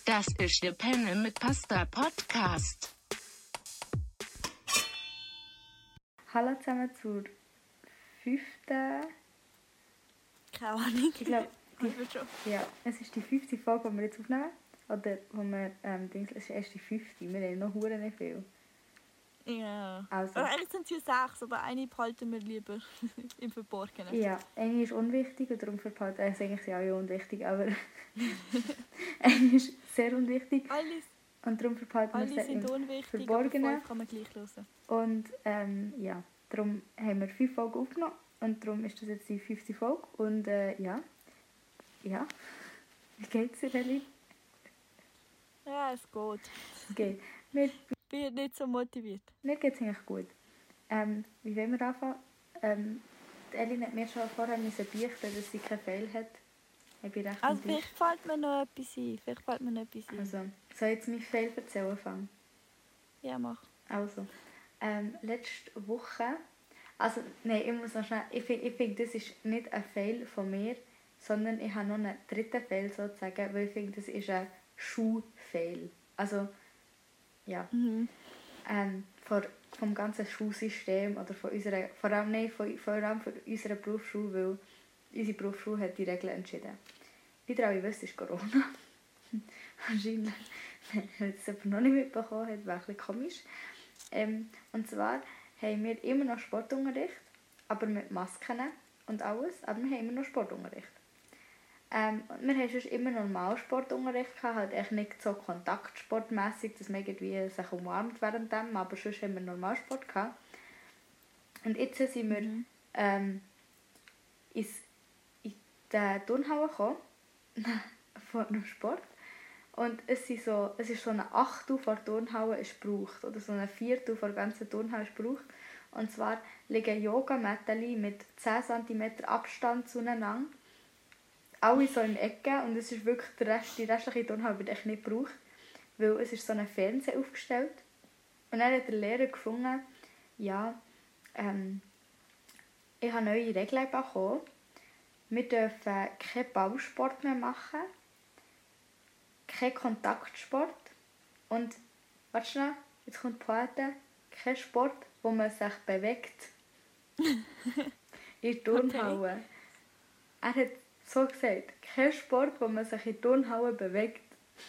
Das ist der Penne mit Pasta Podcast. Hallo zusammen zur 5. Keine Ahnung. Ich glaube, es ist die 5. Folge, die wir jetzt aufnehmen. Oder wo wir, es ist erst die 5. Wir haben noch verdammt nicht viel. Ja. Also. Eigentlich sind es ja 6, aber eine behalten wir lieber im Verborgenen. Ja, eine ist unwichtig und darum verpackt. Eigentlich sind alle unwichtig, aber eine ist sehr unwichtig. Alles. Und darum verpackt wir sie im unwichtig, Verborgenen. Aber 5 kann man gleich hören. Und ja, darum haben wir 5 Folgen aufgenommen. Und darum ist das jetzt die 5. Folge. Und ja. Wie geht's dir, Elli? Ja, es geht. Es geht. Ich bin nicht so motiviert. Mir geht es eigentlich gut. Wie wollen wir anfangen? Elli hat mir schon vorher beichten, dass sie keinen Fail hat. Also vielleicht fällt mir noch etwas ein. Also, soll ich jetzt mein Fail erzählen anfangen? Ja, mach. Also, letzte Woche... Also, nein, ich muss noch schnell... Ich finde, das ist nicht ein Fail von mir, sondern ich habe noch einen dritten Fail sozusagen, weil ich finde, das ist ein Schuh-Fail. Also... Ja, vom ganzen Schulsystem oder von unserer, vor allem von unserer Berufsschule, weil unsere Berufsschule hat die Regeln entschieden. Wie ihr alle wisst, ist Corona. Wahrscheinlich, wenn es jemand noch nicht mitbekommen hat, wäre ein bisschen komisch. Und zwar haben wir immer noch Sportunterricht, aber mit Masken und alles, aber wir haben immer noch Sportunterricht. Wir haben sonst immer normal Sportunterricht gehabt, halt echt nicht so kontaktsportmässig, dass man irgendwie sich umarmt während dem, aber sonst haben wir normal Sport gehabt. Und jetzt sind wir in die Turnhalle gekommen, von einem Sport. Und es ist so eine Achtel vor der Turnhalle ist gebraucht, oder so eine Viertel vor der ganzen Turnhalle ist gebraucht. Und zwar liegen Yogamatten mit 10 cm Abstand zueinander. Alle so in Ecken und es ist wirklich die restliche Turnhalle wird echt nicht gebraucht, weil es ist so ein Fernseher aufgestellt. Und dann hat der Lehrer gefunden, ja, ich habe neue Regeln bekommen. Wir dürfen keinen Ballsport mehr machen, keinen Kontaktsport und, warte schnell, jetzt kommt die Pointe, kein Sport, wo man sich bewegt. In der Turnhalle. Okay. Er hat so gesagt, kein Sport, wo man sich in Turnhalle bewegt.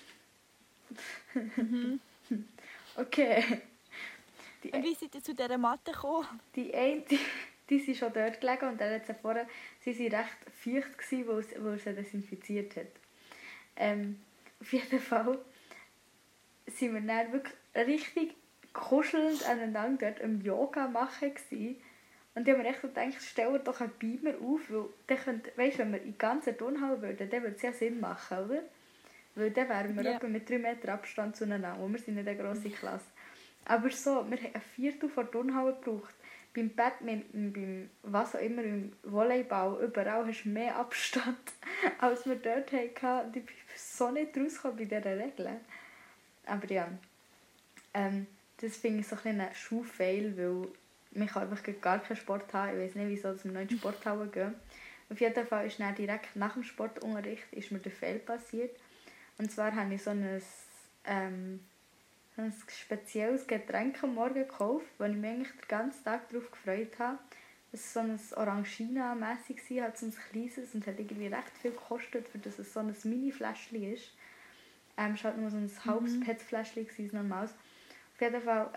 Okay. Und wie seid ihr zu dieser Matte gekommen? Die eine, die sind schon dort gelegen und dann hat sie vorher, sie waren recht feucht, weil sie desinfiziert hat. Auf jeden Fall sind wir dann wirklich richtig kuschelnd aneinander dort im Yoga machen gewesen. Und ich habe mir echt gedacht, stell dir doch einen Beamer auf, weil dann könnte, weißt, wenn wir in die ganze Turnhalle würden, dann würde es ja Sinn machen, oder? Weil dann wären wir etwa mit 3 Meter Abstand zueinander, und wir sind nicht eine grosse Klasse. Aber so, wir haben ein Viertel vor der Turnhalle gebraucht. Beim Badminton, beim was auch immer, im Volleyball, überall hast du mehr Abstand, als wir dort hatten. Und ich bin so nicht rausgekommen bei dieser Regel. Aber ja, das finde ich so ein bisschen Schuh-Fail, weil man kann einfach gar keinen Sport haben. Ich weiß nicht, wieso dass wir noch in die Sporthalle gehen. Auf jeden Fall ist dann direkt nach dem Sportunterricht ist mir der Fail passiert. Und zwar habe ich so ein spezielles Getränk am Morgen gekauft, wo ich mich eigentlich den ganzen Tag darauf gefreut habe. Es war so ein Orangina-mässig, halt so ein kleines und hat irgendwie recht viel gekostet, für dass es so ein Mini-Fläschchen ist. Es war halt nur so ein halbes PET-Fläschchen, ein normales. Auf jeden Fall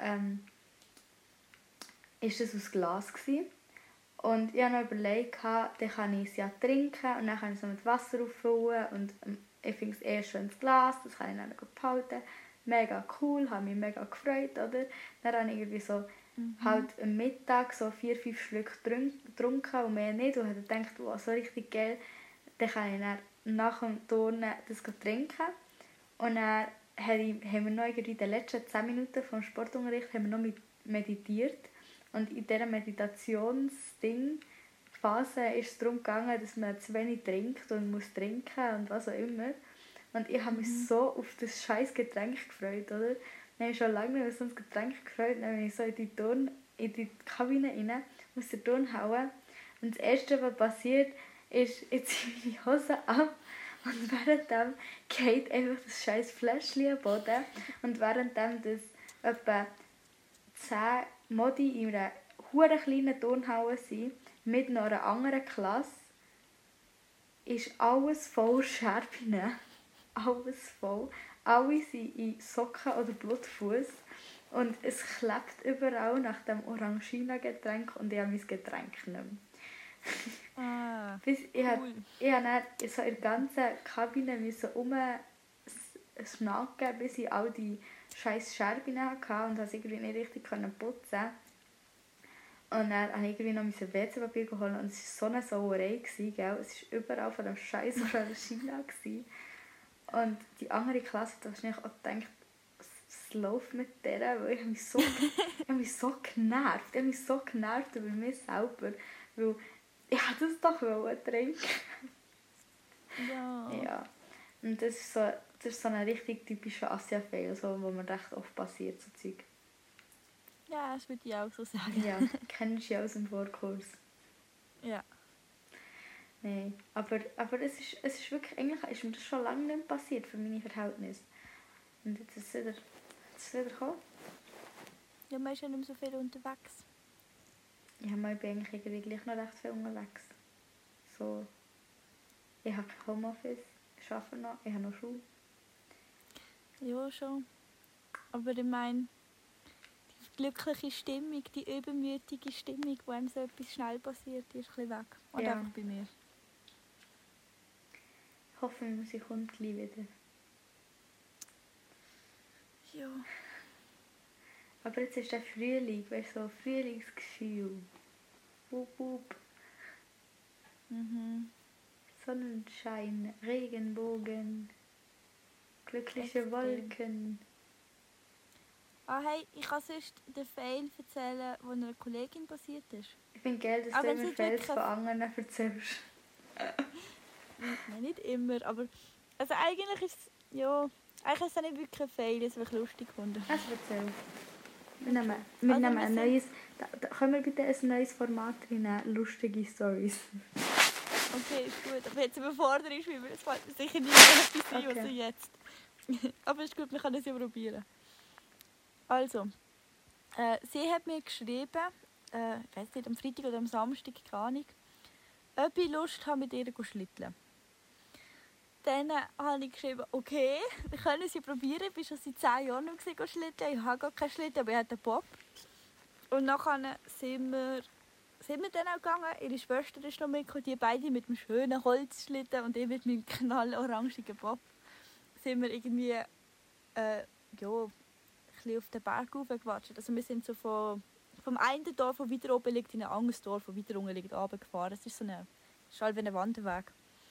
ist das aus Glas gewesen. Und ich habe noch überlegt, dann kann ich es ja trinken und dann kann ich es mit Wasser auffüllen und ich finde es eher schön ins Glas, das kann ich dann gut behalten. Mega cool, habe mich mega gefreut, oder? Dann habe ich irgendwie so halt am Mittag so 4-5 Schlücke getrunken und mehr nicht und habe gedacht, wow, so richtig geil, dann kann ich dann nach dem Turnen das trinken. Und dann haben wir noch irgendwie in den letzten 10 Minuten vom Sportunterricht haben wir noch meditiert. Und in dieser Meditationsphase ist es darum gegangen, dass man zu wenig trinkt und muss trinken und was auch immer. Und ich habe mich so auf das scheiß Getränk gefreut, oder? Ich habe schon lange nicht auf so ein Getränk gefreut. Dann bin ich so in die Kabine rein, aus der Turnhalle. Und das Erste, was passiert, ist, jetzt ziehe ich meine Hose ab Und währenddem geht einfach das scheiß Fläschchen am Boden. Und währenddem das etwa 10 Modi in einer hure kleinen Turnhalle sind, mit noch einer anderen Klasse, ist alles voll Scherben. Alles voll. Alle sind in Socken oder Blutfuß. Und es klebt überall nach dem Orangina-Getränk und ich habe mein Getränk nicht mehr. Ich cool. musste dann so in der ganzen Kabine schnacken, bis ich all die scheiß Scherben hatte und das irgendwie nicht richtig putzen. Und dann musste ich irgendwie noch WC-Papier holen und es war so eine Sauerei, gell? Es war überall von dem scheiß Orangina. Und die andere Klasse hat wahrscheinlich auch gedacht, was läuft mit der? Weil ich habe mich so genervt. Ich habe mich so genervt über mich selber. Weil ich wollte das doch trinken. Ja. Ja. Und das ist so ein richtig typischer Asia-Fail, so, wo mir recht oft passiert, so Zeug. Ja, das würde ich auch so sagen. Ja, kennst du ja aus dem Vorkurs. Ja. Nein, aber es ist wirklich, eigentlich ist mir das schon lange nicht mehr passiert für meine Verhältnisse. Und jetzt ist es wieder gekommen. Ja, man ist ja nicht mehr so viel unterwegs. Ja, ich bin eigentlich irgendwie gleich noch recht viel unterwegs. So, ich habe kein Homeoffice, ich arbeite noch, ich habe noch Schule. Ja, schon. Aber ich meine, die glückliche Stimmung, die übermütige Stimmung, wo einem so etwas schnell passiert, die ist ein bisschen weg. Und Ja. einfach bei mir. Ich hoffe, sie kommt gleich wieder. Ja. Aber jetzt ist der Frühling, weißt du, so Frühlingsgefühl. Wup, wup. Mhm. Sonnenschein, Regenbogen, glückliche Extrem. Wolken. Ah hey, ich kann sonst den Fail erzählen, der einer Kollegin passiert ist. Ich finde geil, dass Aber du es immer ist Fails wirklich von anderen erzählst. Nein, nicht immer, aber... Also eigentlich ist es... Ja... Eigentlich ist es nicht wirklich ein Fail, es wirklich lustig gefunden. Also erzähl. Wir nehmen ein neues... Da können wir bitte ein neues Format reinnehmen, lustige Storys. Okay, ist gut. Aber jetzt überfordert ist, weil es fällt mir sicher nicht mehr etwas ein, Okay. außer jetzt. Aber ist gut, wir können es ja probieren. Also, sie hat mir geschrieben, ich weiß nicht, am Freitag oder am Samstag, keine Ahnung, ob ich Lust habe, mit ihr zu schlitteln. Dann habe ich geschrieben, okay, wir können sie probieren. Ich war schon seit 10 Jahren nicht mehr schlitteln. Ich habe gar keinen Schlitten, aber ich hatte einen Bob. Und nachher sind wir dann auch gegangen. Ihre Schwester ist noch mitgekommen, die beide mit einem schönen Holzschlitten und ich mit meinem knallorangigen Bob. Sind wir irgendwie ein bisschen auf den Berg hochgewatscht. Also wir sind so vom einen Dorf, das weiter oben liegt, in ein anderes Dorf, das weiter unten liegt, runtergefahren. Es ist so halt wie ein Wanderweg.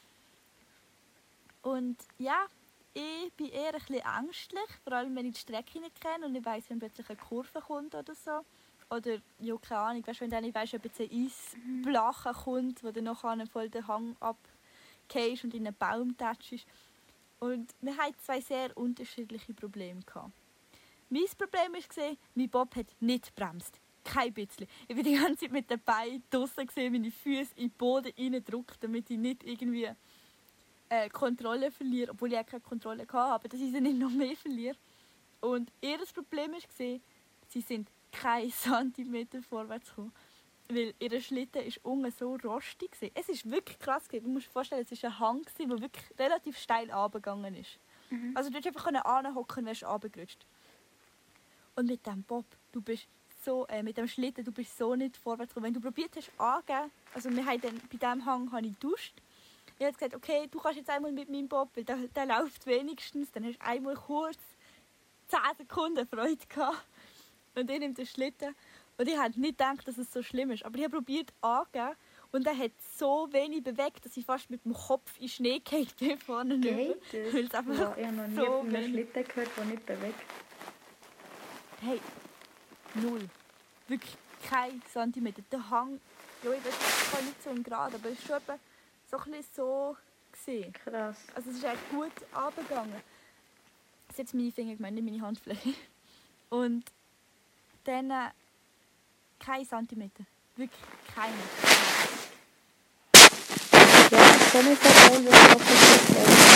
Und ja, ich bin eher ein bisschen ängstlich, vor allem wenn ich die Strecke nicht kenne und ich weiss, wenn plötzlich eine Kurve kommt oder so. Oder, ja, keine Ahnung, weißt, wenn du nicht weißt, ob jetzt ein Eisblachen kommt, wo du nachher voll den Hang abgehst und in einen Baum tätschst. Und wir hatten 2 sehr unterschiedliche Probleme gehabt. Mein Problem war, mein Bob hat nicht gebremst. Kein bisschen. Ich war die ganze Zeit mit den Beinen draussen, meine Füße in den Boden reindrückt, damit ich nicht irgendwie Kontrolle verliere, obwohl ich auch keine Kontrolle hatte, aber dass ich sie nicht noch mehr verliere. Und ihr Problem war, sie sind keinen Zentimeter vorwärts gekommen, weil ihr Schlitten war unten so rostig. Es war wirklich krass. Du musst dir vorstellen, es war ein Hang, der wirklich relativ steil runtergegangen ist. Mhm. Also du hättest einfach anhocken und wärst runtergerutscht. Und mit dem Bob, mit dem Schlitten, du bist so nicht vorwärts gekommen. Wenn du probiert hast angeben, also wir haben dann, bei diesem Hang habe ich geduscht. Ich habe gesagt, okay, du kannst jetzt einmal mit meinem Bob, weil der läuft wenigstens. Dann hast du einmal kurz 10 Sekunden Freude gehabt. Und ich nehme den Schlitten. Und ich habe nicht gedacht, dass es so schlimm ist. Aber ich habe probiert angeben. Und er hat so wenig bewegt, dass ich fast mit dem Kopf in den Schnee gefallen bin vorne rüber. Geht das? Weil es einfach Ja, ich habe noch nie so von einem wenig- Schlitten gehört, der nicht bewegt. Hey, 0. Wirklich kein Zentimeter. Der Hang, ja, ich weiß nicht so im Grad, aber es ist schon etwa so ein bisschen so gesehen. Krass. Also es ist echt gut runtergegangen. Das ist jetzt meine Finger gemeint, nicht meine Handfläche. Und dann kein Zentimeter. Wirklich keiner. Ja, das ist schon nicht so geil, was du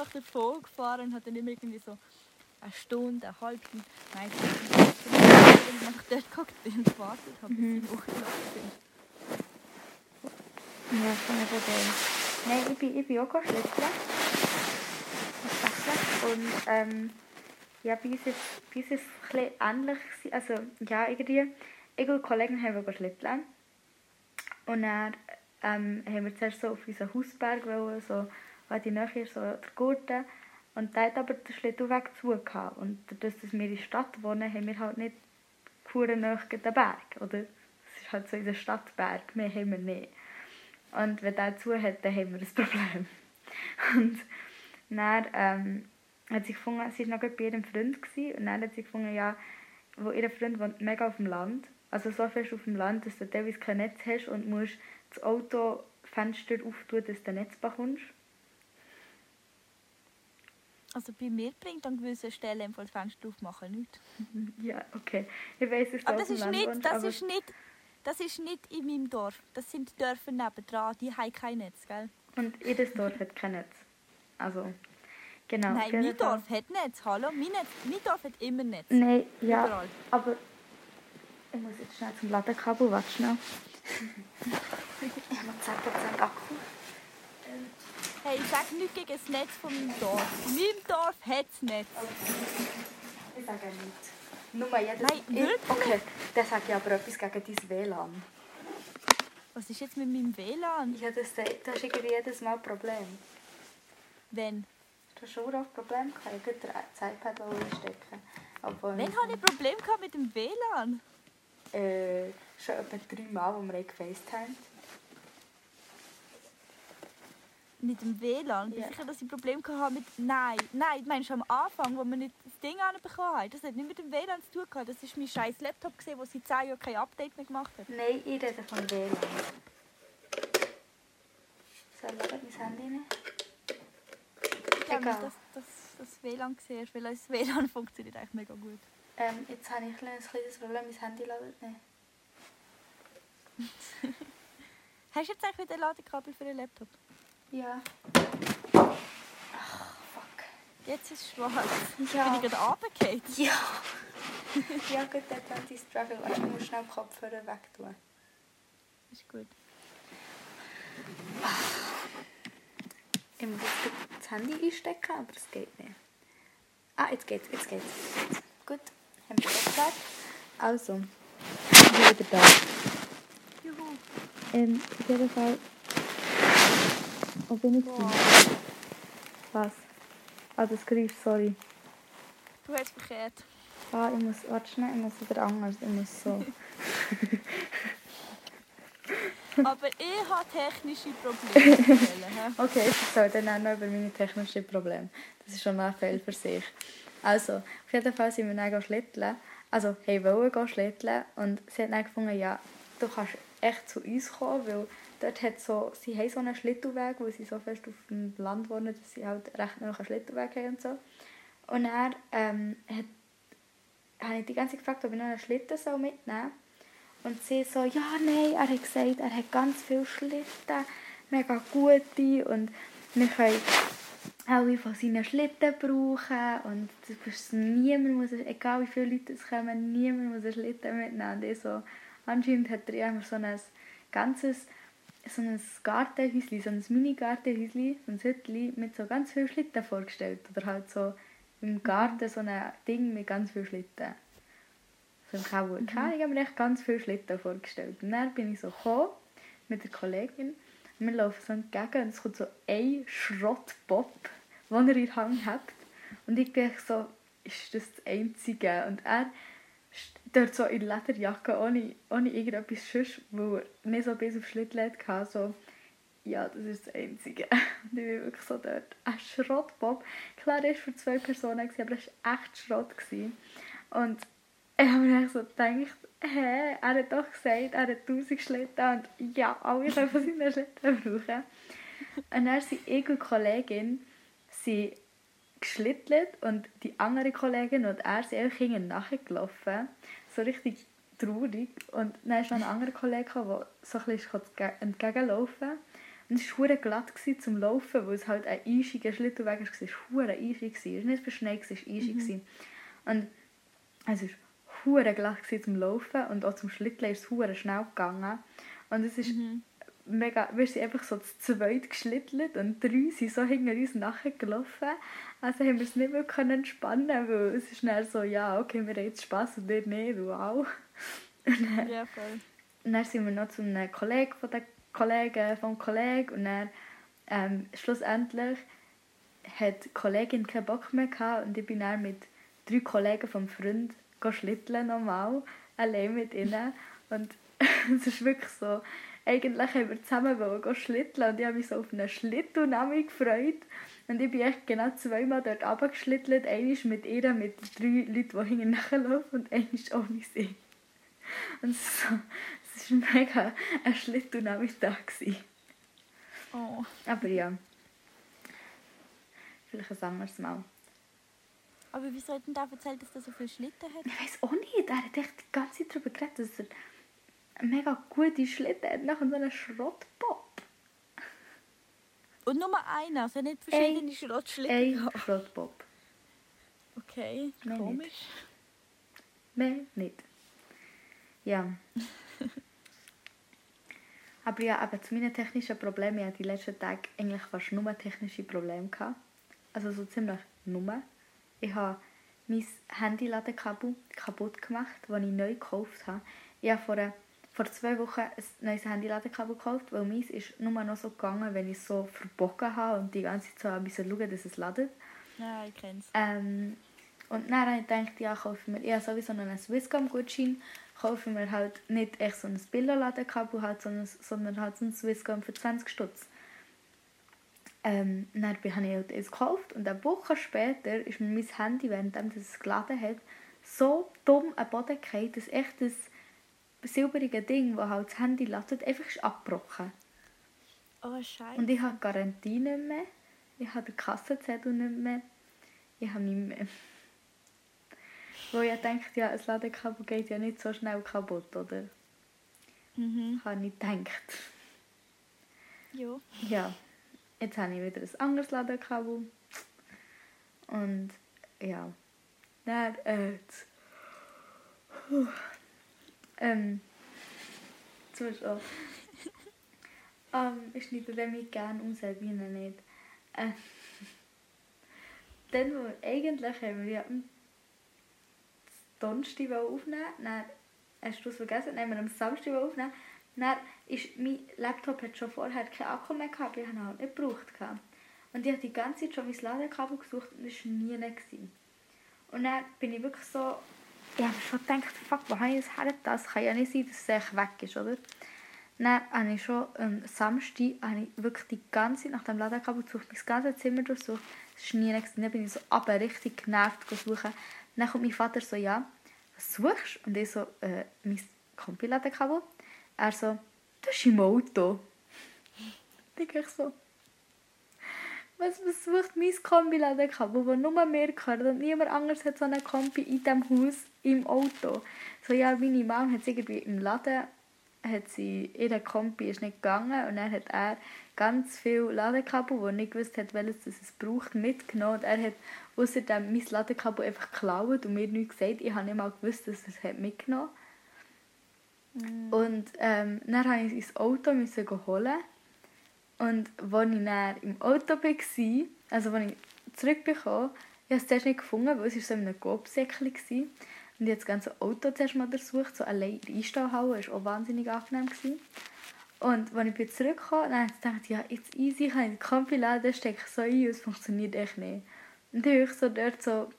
einfach davon gefahren und habe dann immer irgendwie so eine Stunde, eine halbe Stunde, nein, wenn ich einfach dort geguckt bin und gewartet habe, bis sie hochgelaufen sind. Ja, das finde ich so geil. Nein, ich bin auch schlitteln. Und ja, bei uns ist es ein bisschen ähnlich. Also ja, irgendwie, ich und Kollegen haben schlitteln. Und dann haben wir zuerst so auf unseren Hausberg wollen, so, weil die Nähe ist, so der Gurten. Und da hat aber der Schlittelweg zu gehabt. Und dadurch, dass wir in der Stadt wohnen, haben wir halt nicht verdammt nahe den Berg, oder? Es ist halt so in der Stadtberg, mehr haben wir nicht. Und wenn der zu hat, dann haben wir ein Problem. Und dann hat sie gefunden, sie war noch bei ihrem Freund gewesen, und dann hat sie gefunden, ja, wo ihr Freund wohnt mega auf dem Land, also so fest auf dem Land, dass du teilweise kein Netz hast und musst das Autofenster auftun, dass du ein Netz bekommst. Also bei mir bringt an gewissen Stellen das Fenster aufmachen nichts. Ja, okay. Ich weiss, dass du Aber auf dem Land wohnst, das ist nicht in meinem Dorf. Das sind die Dörfer nebendran, die haben kein Netz, gell? Und jedes Dorf hat kein Netz. Also, genau. Nein, mein Dorf hat Netz, hallo? Mein Dorf hat immer Netz. Nein, ja, Überall. aber ich muss jetzt schnell zum Ladekabel, warte schnell. Ich habe 10% Akku. Hey, ich sage nichts gegen das Netz von meinem Dorf. In meinem Dorf hat es Netz. Ich sage nichts. Nur jedes... Nein, wirklich? Okay, dann sage ich aber etwas gegen dein WLAN. Was ist jetzt mit meinem WLAN? Ja, das hast irgendwie jedes Mal ein Problem. Wenn? Du hast schon oft Probleme gehabt. Ich wollte das iPad einstecken. Wann habe ich Probleme gehabt mit dem WLAN? Schon etwa 3 Mal, wo wir gefacetimed. Mit dem WLAN? Bin Ja. sicher, dass ich Probleme hatte mit... Nein, meinst du am Anfang, wo wir nicht das Ding anbekommen haben? Das hat nicht mit dem WLAN zu tun gehabt. Das war mein scheiß Laptop, der seit 10 Jahren kein Update mehr gemacht hat. Nein, ich rede von WLAN. So, schau mein Handy rein. Ich glaube Egal. nicht, dass das WLAN siehst, weil das WLAN funktioniert eigentlich mega gut. Jetzt habe ich ein kleines Problem, mein Handy ladet nicht. Hast du jetzt eigentlich wieder ein Ladekabel für den Laptop? Ja. Ach, fuck. Jetzt ist es schwarz. Ja. Bin ich gerade runtergefallen? Ja. Ja, gut, dann die Struggle. Warte, ich muss schnell den Kopfhörer wegtun. Ist gut. Ich muss jetzt das Handy einstecken, aber es geht nicht. Ah, jetzt geht's. Gut, haben wir das geklärt. Also, ich bin wieder da. Juhu. Auf jeden Fall... Wo bin ich? Wow. Was? Ah, das Griff, sorry. Du hast verkehrt. Ah, ich muss... Warte schnell, ich muss wieder anders. Ich muss so... Aber ich habe technische Probleme. Okay, ich erzähle dann auch noch über meine technischen Probleme. Das ist schon ein Feld für sich. Also, auf jeden Fall sind wir dann schlitteln. Also, wollten schlitteln. Und sie hat dann gefunden, ja, du kannst echt zu uns kommen, weil dort hat sie haben so einen Schlittelweg, weil sie so fest auf dem Land wohnen, dass sie halt recht nah einen Schlittelweg haben und so. Und dann habe ich die ganze Zeit gefragt, ob ich noch einen Schlitten mitnehmen soll. Und sie so, ja, nein, er hat gesagt, er hat ganz viele Schlitten, mega gute, und wir können alle von seinen Schlitten brauchen, und niemand muss, egal wie viele Leute es kommen, niemand muss einen Schlitten mitnehmen. Und ich so, anscheinend hat er immer so ein Gartenhäuschen, so ein Mini-Gartenhäuschen, so ein Hütchen mit so ganz vielen Schlitten vorgestellt. Oder halt so im Garten so ein Ding mit ganz vielen Schlitten. So im Keller. Ich habe mir echt ganz viele Schlitten vorgestellt. Und dann bin ich so gekommen mit der Kollegin. Und wir laufen so entgegen und es kommt so ein Schrottbob, den er in der Hand hat. Und ich bin so, ist das Einzige? Und er dort so in Lederjacke, ohne irgendetwas sonst, weil er nicht so bis auf Schlitten hatte, so, ja, das ist das Einzige. Und ich bin wirklich so dort. Ein Schrottbob. Klar, er war für 2 Personen, aber er war echt Schrott. Und ich habe mir so gedacht, er hat doch gesagt, er hat 1000 Schlitten und ja, alle können von seinen Schlitten brauchen. Und dann sind ich und die Kollegin geschlittelt und die andere Kollegin und er sind einfach hinten nachgelaufen. So richtig traurig. Und dann ist noch ein anderer Kollege, der so ein bisschen entgegenlaufen. Und es war verdammt glatt zum Laufen, weil es halt ein eisiger Schlittenweg war. Es war verdammt eisig. Es war nicht verschneit, es war eisig. Und es war verdammt glatt zum Laufen und auch zum Schlitteln ist es verdammt schnell gegangen. Und es ist mega, wir sind einfach so zu zweit geschlittelt und 3 sind so hinter uns nachgelaufen. Also haben wir es nicht mehr entspannen, weil es ist dann so, ja, okay, wir haben jetzt Spass und ihr nicht, wow. Und Ja, voll. dann sind wir noch zu einem Kollegen von den Kollegen vom Kollegen und dann schlussendlich hat die Kollegin keinen Bock mehr gehabt und ich bin dann mit 3 Kollegen vom Freund schlitteln nochmal, allein mit ihnen. Und es ist wirklich so, eigentlich haben wir zusammen schlitteln und ich habe mich so auf einen Schlittelnami gefreut. Und ich bin echt genau 2-mal dort runtergeschlittelt. Einmal mit ihr, mit 3 Leuten, die hinten nachlaufen und einmal ohne sie. Und es war mega ein Schlittelnami-Tag. Oh. Aber ja, vielleicht ein anderes Mal. Aber wieso hat denn der erzählt, dass er so viele Schlitten hat? Ich weiss auch nicht, er hat echt die ganze Zeit darüber geredet, dass er eine mega gute Schlitten hat, nachher so einen Schrottbob. Und nur einer, also nicht verschiedene Schrottschlitten. Ein Schrottbob. Okay, Nein, komisch. Nein, nicht. Ja. Aber ja, eben zu meinen technischen Problemen, ich hatte die letzten Tage eigentlich fast nur technische Probleme gehabt. Also so ziemlich nur. Ich habe mein Handy-Ladekabel kaputt gemacht, das ich neu gekauft habe. Ich habe vor 2 Wochen ein neues Handy-Ladekabel gekauft, weil meins ist nur noch so gegangen, wenn ich es so verbogen habe und die ganze Zeit so ein bisschen schauen, dass es ladet. Ja, ich kenne es. Und dann habe ich gedacht, ja, ich habe sowieso noch einen Swisscom-Gutschein, kaufe mir halt nicht echt so ein Billo-Ladekabel, halt, sondern halt so ein Swisscom für 20 Stutz. Dann habe ich halt eins gekauft und eine Woche später ist mir mein Handy, während es geladen hat, so dumm am Boden gefallen, dass echt das silbrige Ding, das halt das Handy ladet, einfach ist abgebrochen. Oh, Scheiße. Und ich habe die Garantie nicht mehr, ich habe den Kassenzettel nicht mehr, ich habe nicht mehr. Weil ich dachte, ja, ein Ladekabel geht ja nicht so schnell kaputt, oder? Habe ich gedacht. Jo. Ja, jetzt habe ich wieder ein anderes Ladekabel. Und ja, dann zum Beispiel auch. Ich schneide damit gerne raus, wie nicht. Dann, wo eigentlich haben wir ja Donnerstag aufnehmen, dann hast du es vergessen, dann haben wir am Samstag aufnehmen, dann ist mein Laptop hat schon vorher keinen Akku mehr gehabt, ich habe ihn halt nicht gebraucht. Und ich habe die ganze Zeit schon mein Ladekabel gesucht und es war nie nicht. Und dann bin ich wirklich so, ich habe schon gedacht, fuck, wo habe ich das her? Das kann ja nicht sein, dass es echt weg ist, oder? Dann habe ich schon am Samstag wirklich die ganze Zeit nach dem Ladekabel gesucht, mein ganzes Zimmer durchsucht, es war nie nicht. Dann bin ich so richtig genervt suchen. Dann kommt mein Vater so, ja, was suchst du? Und ich so, mein Kompi-Ladekabel. Er so, das ist im Auto. Ich denke so, was sucht mein Kombi-Ladekabel, das nur mir gehört und niemand anderes hat so eine Kombi in diesem Haus im Auto. So, ja, meine Mom hat es irgendwie im Laden, ihre Kombi ist nicht gegangen und dann hat er ganz viele Ladekabel, wo er nicht gewusst hat, welches es braucht, mitgenommen. Und er hat außerdem mein Ladekabel einfach geklaut und mir nichts gesagt. Ich habe nicht mal gewusst, dass er es mitgenommen hat. Und dann musste ich ins Auto holen. Und als ich dann im Auto war, also als ich zurückbekam, ich habe es zuerst nicht gefunden, weil es so in einem Gobsäckchen war. Und ich habe das ganze Auto zuerst mal durchsucht, so allein die Einstellhalle, das war auch wahnsinnig angenehm. Und als ich zurückkam, dann habe ich gedacht, ja, jetzt easy, kann ich den Kompi laden, stecke ich so ein und es funktioniert echt nicht. Und dann war ich so dort so,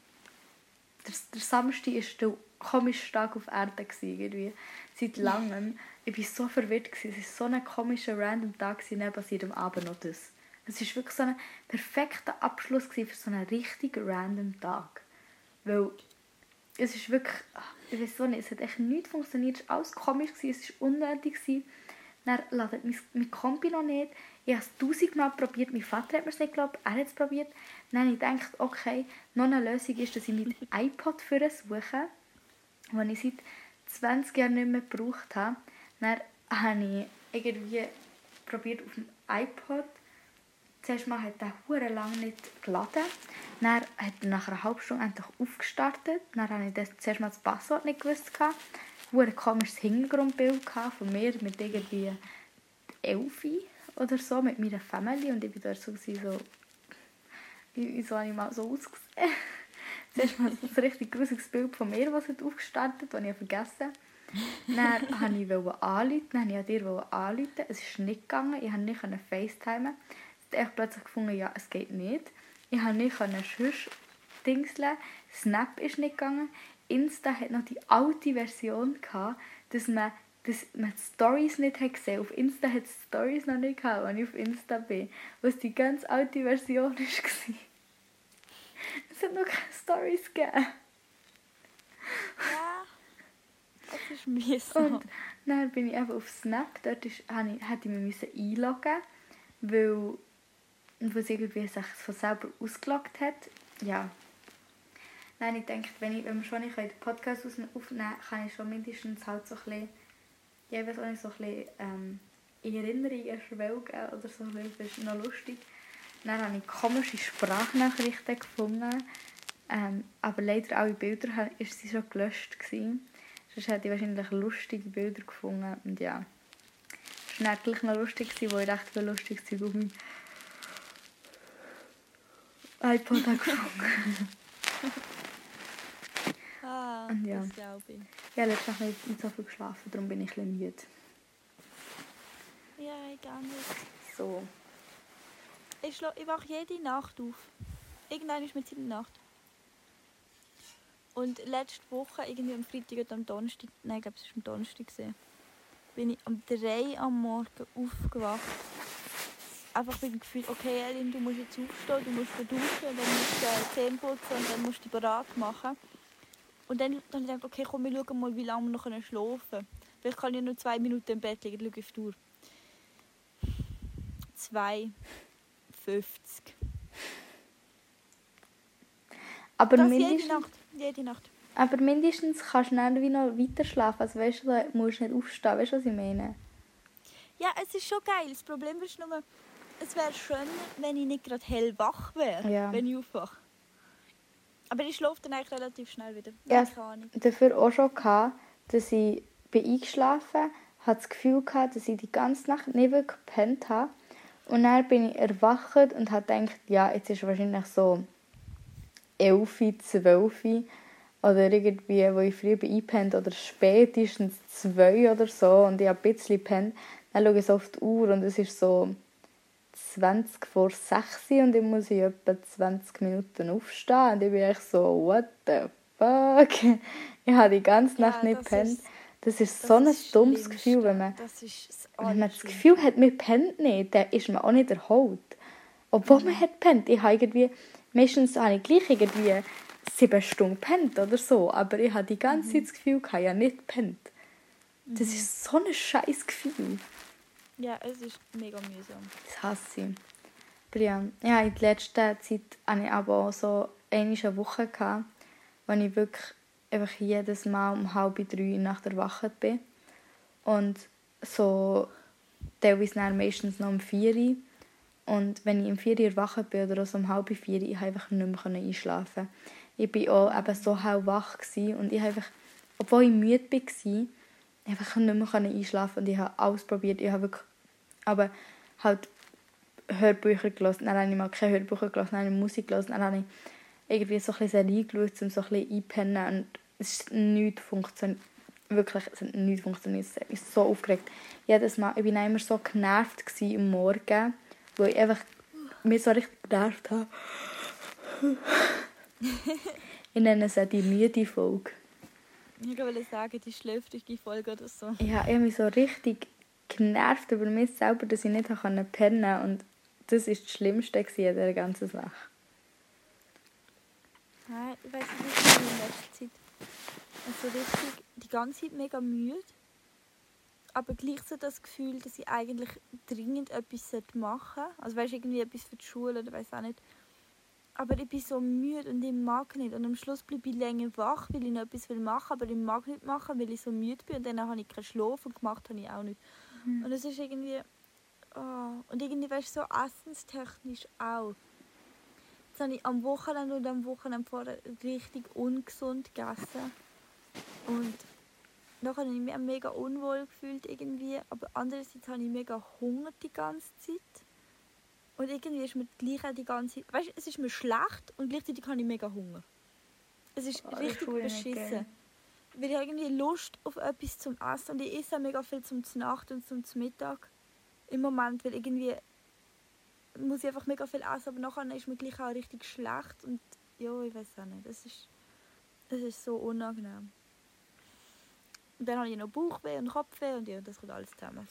der Samstag war der komischste Tag auf Erden, irgendwie, seit langem. Ich war so verwirrt, es war so ein komischer random Tag, und dann passiert am Abend noch das. Es war wirklich so ein perfekter Abschluss für so einen richtig random Tag. Weil es ist wirklich, ich weiß so nicht, es hat echt nichts funktioniert, es war alles komisch, es war unnötig. Dann ladet mein Kompi noch nicht. Ich habe es 1000-mal probiert, mein Vater hat mir es nicht geglaubt, er hat es probiert. Dann habe ich gedacht, okay, noch eine Lösung ist, dass ich mein iPod suche, das ich seit 20 Jahren nicht mehr gebraucht habe. Dann habe ich irgendwie probiert auf dem iPod. Zuerst mal hat er hure lang nicht geladen. Dann hat er nach einer halben Stunde endlich aufgestartet. Dann habe ich zuerst mal das Passwort nicht gewusst. Hure komisches Hintergrundbild von mir mit irgendwie 11 oder so, mit meiner Family. Und ich war dort so, wieso habe ich mal so ausgesehen? Zuerst mal ein richtig grusiges Bild von mir, das hat aufgestartet, das ich vergessen habe. Dann wollte ich anrufen, dann wollte ich dir anrufen. Es ist nicht gegangen, ich konnte nicht FaceTimen. Ich habe plötzlich gefunden, ja, es geht nicht. Ich konnte nicht sonst dingseln. Snap ist nicht gegangen. Insta hat noch die alte Version gehabt, dass man die Storys nicht gesehen hat. Auf Insta hat es die Storys noch nicht gehabt, als ich auf Insta bin. Was die ganz alte Version war. Es hat noch keine Storys gegeben. Ja, das ist mühsam. Und dann bin ich eben auf Snap. Dort hätte ich mich einloggen müssen, weil es irgendwie sich von selber ausgeloggt hat. Ja. Nein, ich denke, wenn wir schon nicht den Podcast aufnehmen kann ich schon mindestens halt so ein bisschen, ja, ich weiß auch nicht, so ein bisschen in Erinnerungen schwelgen oder so. Das ist noch lustig. Dann habe ich komische Sprachnachrichten gefunden. Aber leider alle Bilder waren schon gelöscht. Sonst hätte ich wahrscheinlich lustige Bilder gefunden. Und ja, es war gleich noch lustig, weil ich recht viel lustiges Zeug auf meinem iPod gefunden. Und ja. Das glaube ich. Ich habe letzte Nacht nicht so viel geschlafen, darum bin ich ein bisschen müde. Ja, ich gar nicht. So. Ich wache jede Nacht auf. Irgendwann ist mit in der Nacht. Und letzte Woche, irgendwie am Freitag oder am Donnerstag, nein, ich glaube, es war am Donnerstag, bin ich um 3 am Morgen aufgewacht. Einfach mit dem Gefühl, okay, Elin, du musst jetzt aufstehen, du musst duschen, und dann musst du Zähne putzen und dann musst du dich bereit machen. Und dann habe ich gedacht, okay, komm, wir schauen mal, wie lange wir noch schlafen können. Vielleicht kann ich nur 2 Minuten im Bett liegen, schaue auf die Uhr. 2:50. Aber Das mindestens, jede Nacht. aber mindestens kannst du dann wie noch weiter schlafen. Also weißt du, da musst du nicht aufstehen. Weißt du, was ich meine? Ja, es ist schon geil. Das Problem ist nur, es wäre schön, wenn ich nicht gerade hellwach wäre, Ja. wenn ich aufwache. Aber ich schlafe dann eigentlich relativ schnell wieder. Ja, Keine Ahnung. dafür auch schon gehabt, dass ich eingeschlafen hatte das Gefühl gehabt, dass ich die ganze Nacht nicht wirklich gepennt habe. Und dann bin ich erwacht und habe gedacht, ja, jetzt ist es wahrscheinlich so 11, 12 oder irgendwie, wo ich früh eingepennt oder spätestens 2 oder so und ich habe ein bisschen gepennt. Dann schaue ich so auf die Uhr und es ist so 20 vor 6 und ich muss in etwa 20 Minuten aufstehen. Und ich bin echt so, what the fuck? Ich habe die ganze Nacht nicht gepennt. Das ist so ein dummes Gefühl, wenn man das Gefühl hat, man pennt nicht, dann ist man auch nicht erholt. Obwohl man hat gepennt. Ich habe irgendwie, meistens habe ich gleich irgendwie 7 Stunden gepennt oder so, aber ich habe die ganze Zeit das Gefühl, ich habe nicht gepennt. Das ist so ein scheiß Gefühl. Ja, es ist mega mühsam. Das hasse ich. Aber ja, in der letzten Zeit hatte ich aber auch so eine Woche, wo ich wirklich einfach jedes Mal um 2:30 Nacht erwacht bin. Und so teilweise dann meistens noch um 4 Uhr. Und wenn ich um 4 Uhr erwacht bin oder so um 3:30, ich konnte einfach nicht mehr einschlafen. Ich war auch eben so hellwach und ich habe einfach, obwohl ich müde war, einfach nicht mehr einschlafen und ich habe alles probiert. Ich habe wirklich, aber halt Hörbücher gelesen, dann habe ich mal keine Hörbücher gelesen, dann habe ich Musik gelesen, dann habe ich irgendwie so ein bisschen Serie geschaut, um so ein bisschen einzupennen und es ist nichts funktioniert. Wirklich, es hat nichts funktioniert. Ich bin so aufgeregt. Jedes Mal, ich war immer so genervt am Morgen, weil ich einfach mich so richtig genervt habe. Ich nenne es auch die müde Folge. Ich wollte sagen, die schläfrige Folge oder so. Ja, ich habe mich so richtig genervt über mich selber, dass ich nicht pennen konnte. Und das war das Schlimmste in dieser ganzen Sache. Nein, ich weiß nicht, wie in letzter Zeit. Also richtig, die ganze Zeit mega müde. Aber gleich so das Gefühl, dass ich eigentlich dringend etwas machen sollte. Also weißt du, irgendwie etwas für die Schule oder weiß auch nicht. Aber ich bin so müde und ich mag nicht. Und am Schluss bleibe ich länger wach, weil ich noch etwas machen will, aber ich mag nicht machen, weil ich so müde bin. Und dann habe ich keinen Schlaf und gemacht habe ich auch nicht. Und es ist irgendwie... Und irgendwie, weißt du, so essenstechnisch auch. Jetzt habe ich am Wochenende und am Wochenende vorher richtig ungesund gegessen. Und nachher habe ich mich auch mega unwohl gefühlt irgendwie. Aber andererseits habe ich mega Hunger die ganze Zeit. Und irgendwie ist mir gleich auch die ganze Zeit... Weißt du, es ist mir schlecht und gleichzeitig habe ich mega Hunger. Es ist richtig beschissen. Weil ich habe irgendwie Lust auf etwas zum Essen. Und ich esse auch mega viel zum Nacht und zum Mittag. Im Moment, weil irgendwie muss ich einfach mega viel essen, aber nachher ist mir gleich auch richtig schlecht und ja, ich weiß auch nicht, das ist so unangenehm. Und dann habe ich noch Bauchweh und Kopfweh und ja, das kommt alles zusammen.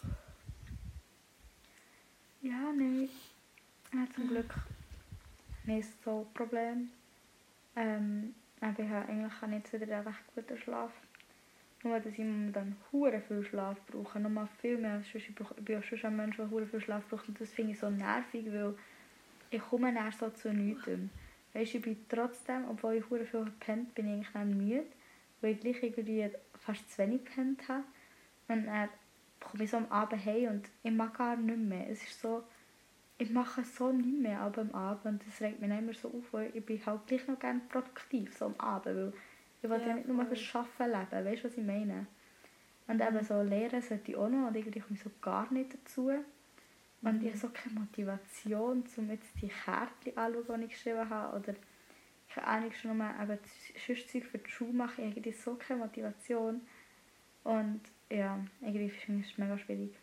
Ja, nein. Ich habe zum Glück nicht so ein Problem. Aber ich habe eigentlich auch nicht wieder einen recht guten Schlaf. Nur, dass ich momentan hure viel Schlaf brauche. Nochmal viel mehr als sonst. Ich bin auch schon ein Mensch, der hure viel Schlaf braucht. Und das finde ich so nervig, weil ich komme dann so zu nichts. Weißt, ich bin trotzdem, obwohl ich hure viel gepennt bin ich eigentlich dann müde. Weil ich gleich irgendwie fast zu wenig gepennt habe. Und dann komme ich so am Abend heim und ich mag gar nicht mehr. Es ist so, ich mache so nicht mehr am Abend. Das regt mich nicht immer so auf, weil ich bin halt gleich noch gerne produktiv so am Abend. Weil ich will ja nicht nur fürs Arbeiten leben, weißt du, was ich meine? Und eben so lernen sollte ich auch noch und irgendwie komme ich so gar nicht dazu. Und ich habe so keine Motivation, um jetzt die Kärtchen anzuschauen, die ich geschrieben habe. Oder keine Ahnung, schon mal eben sonst Zeug für die Schule machen. Ich habe irgendwie so keine Motivation. Und ja, irgendwie finde ich es mega schwierig.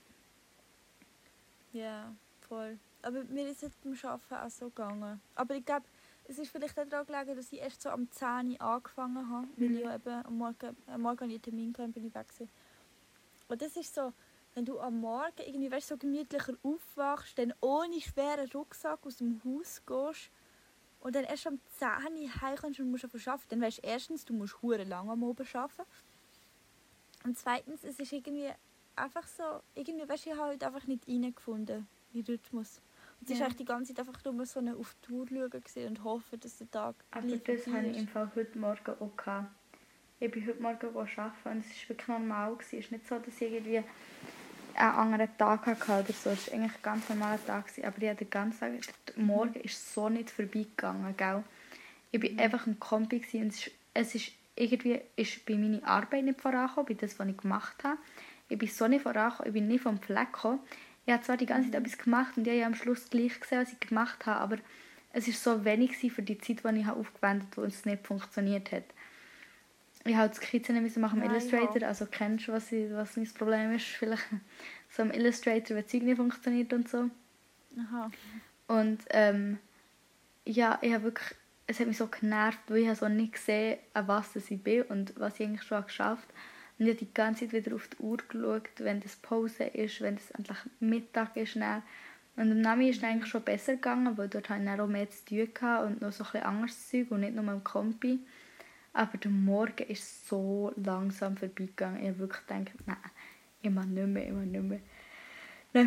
Ja, voll. Aber mir ist es beim Arbeiten auch so gegangen. Aber ich glaube, es ist vielleicht auch daran gelegen, dass ich erst so am 10 Uhr angefangen habe. Weil ich ja eben am Morgen einen Termin hatte und bin ich weg gewesen. Und das ist so, wenn du am Morgen irgendwie, weißt, so gemütlicher aufwachst, dann ohne schweren Rucksack aus dem Haus gehst und dann erst am 10 Uhr heimkommst und musst arbeiten, dann weißt du erstens, du musst hure lange am Oben arbeiten. Und zweitens, es ist irgendwie einfach so, irgendwie, weißt du, ich habe halt einfach nicht reingefunden, in den Rhythmus. Und es war eigentlich die ganze Zeit einfach nur so eine auf die Uhr schauen und hoffen, dass der Tag aber das hatte ich im Fall heute Morgen auch gehabt. Ich bin heute Morgen arbeiten und es war wirklich normal. Es ist nicht so, dass ich irgendwie einen anderen Tag hatte oder so. Es war eigentlich ein ganz normaler Tag. Aber ich habe den ganzen Tag, der Morgen ist so nicht vorbeigegangen, gell? Ich war einfach im Kombi und es ist irgendwie ist bei meiner Arbeit nicht vorangekommen, bei das, was ich gemacht habe. Ich bin so nicht vorangekommen, ich bin nicht vom Fleck gekommen. Ich habe zwar die ganze Zeit etwas gemacht und ich habe am Schluss gleich gesehen, was ich gemacht habe, aber es war so wenig für die Zeit, die ich aufgewendet habe, wo es nicht funktioniert hat. Ich habe Skizzen machen im Illustrator, also kennst du, was mein Problem ist? Vielleicht so im Illustrator, wenn Zeug nicht funktioniert und so. Aha. Und ja, ich habe wirklich, es hat mich so genervt, weil ich so nicht gesehen an was ich bin und was ich eigentlich schon geschafft habe. Und ich habe die ganze Zeit wieder auf die Uhr geschaut, wenn das Pause ist, wenn es endlich Mittag ist. Dann. Und am Nami ist es eigentlich schon besser gegangen, weil dort hatte ich auch mehr zu tun gehabt und noch so ein bisschen anderes Zeug und nicht nur im Kompi. Aber der Morgen ist so langsam vorbeigegangen. Ich habe wirklich gedacht, nein, ich mache nicht mehr. Dann